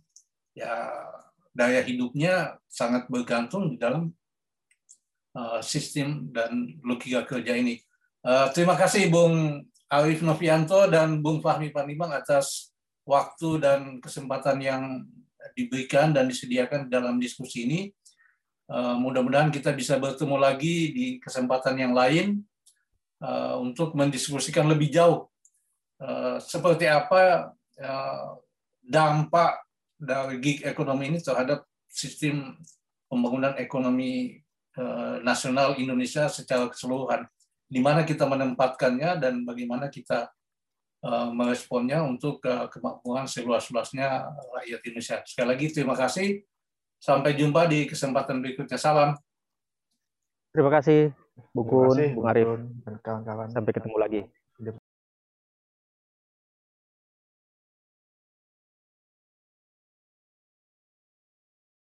ya daya hidupnya sangat bergantung di dalam sistem dan logika kerja ini. Terima kasih Bung Arief Novianto dan Bung Fahmi Panimbang atas waktu dan kesempatan yang diberikan dan disediakan dalam diskusi ini. Mudah-mudahan kita bisa bertemu lagi di kesempatan yang lain untuk mendiskusikan lebih jauh seperti apa dampak dari gig ekonomi ini terhadap sistem pembangunan ekonomi nasional Indonesia secara keseluruhan. Di mana kita menempatkannya dan bagaimana kita meresponnya untuk kemakmuran seluas-luasnya rakyat Indonesia. Sekali lagi terima kasih. Sampai jumpa di kesempatan berikutnya. Salam. Terima kasih, Bung Kun, Bung Arief. dan kawan-kawan. Sampai ketemu lagi.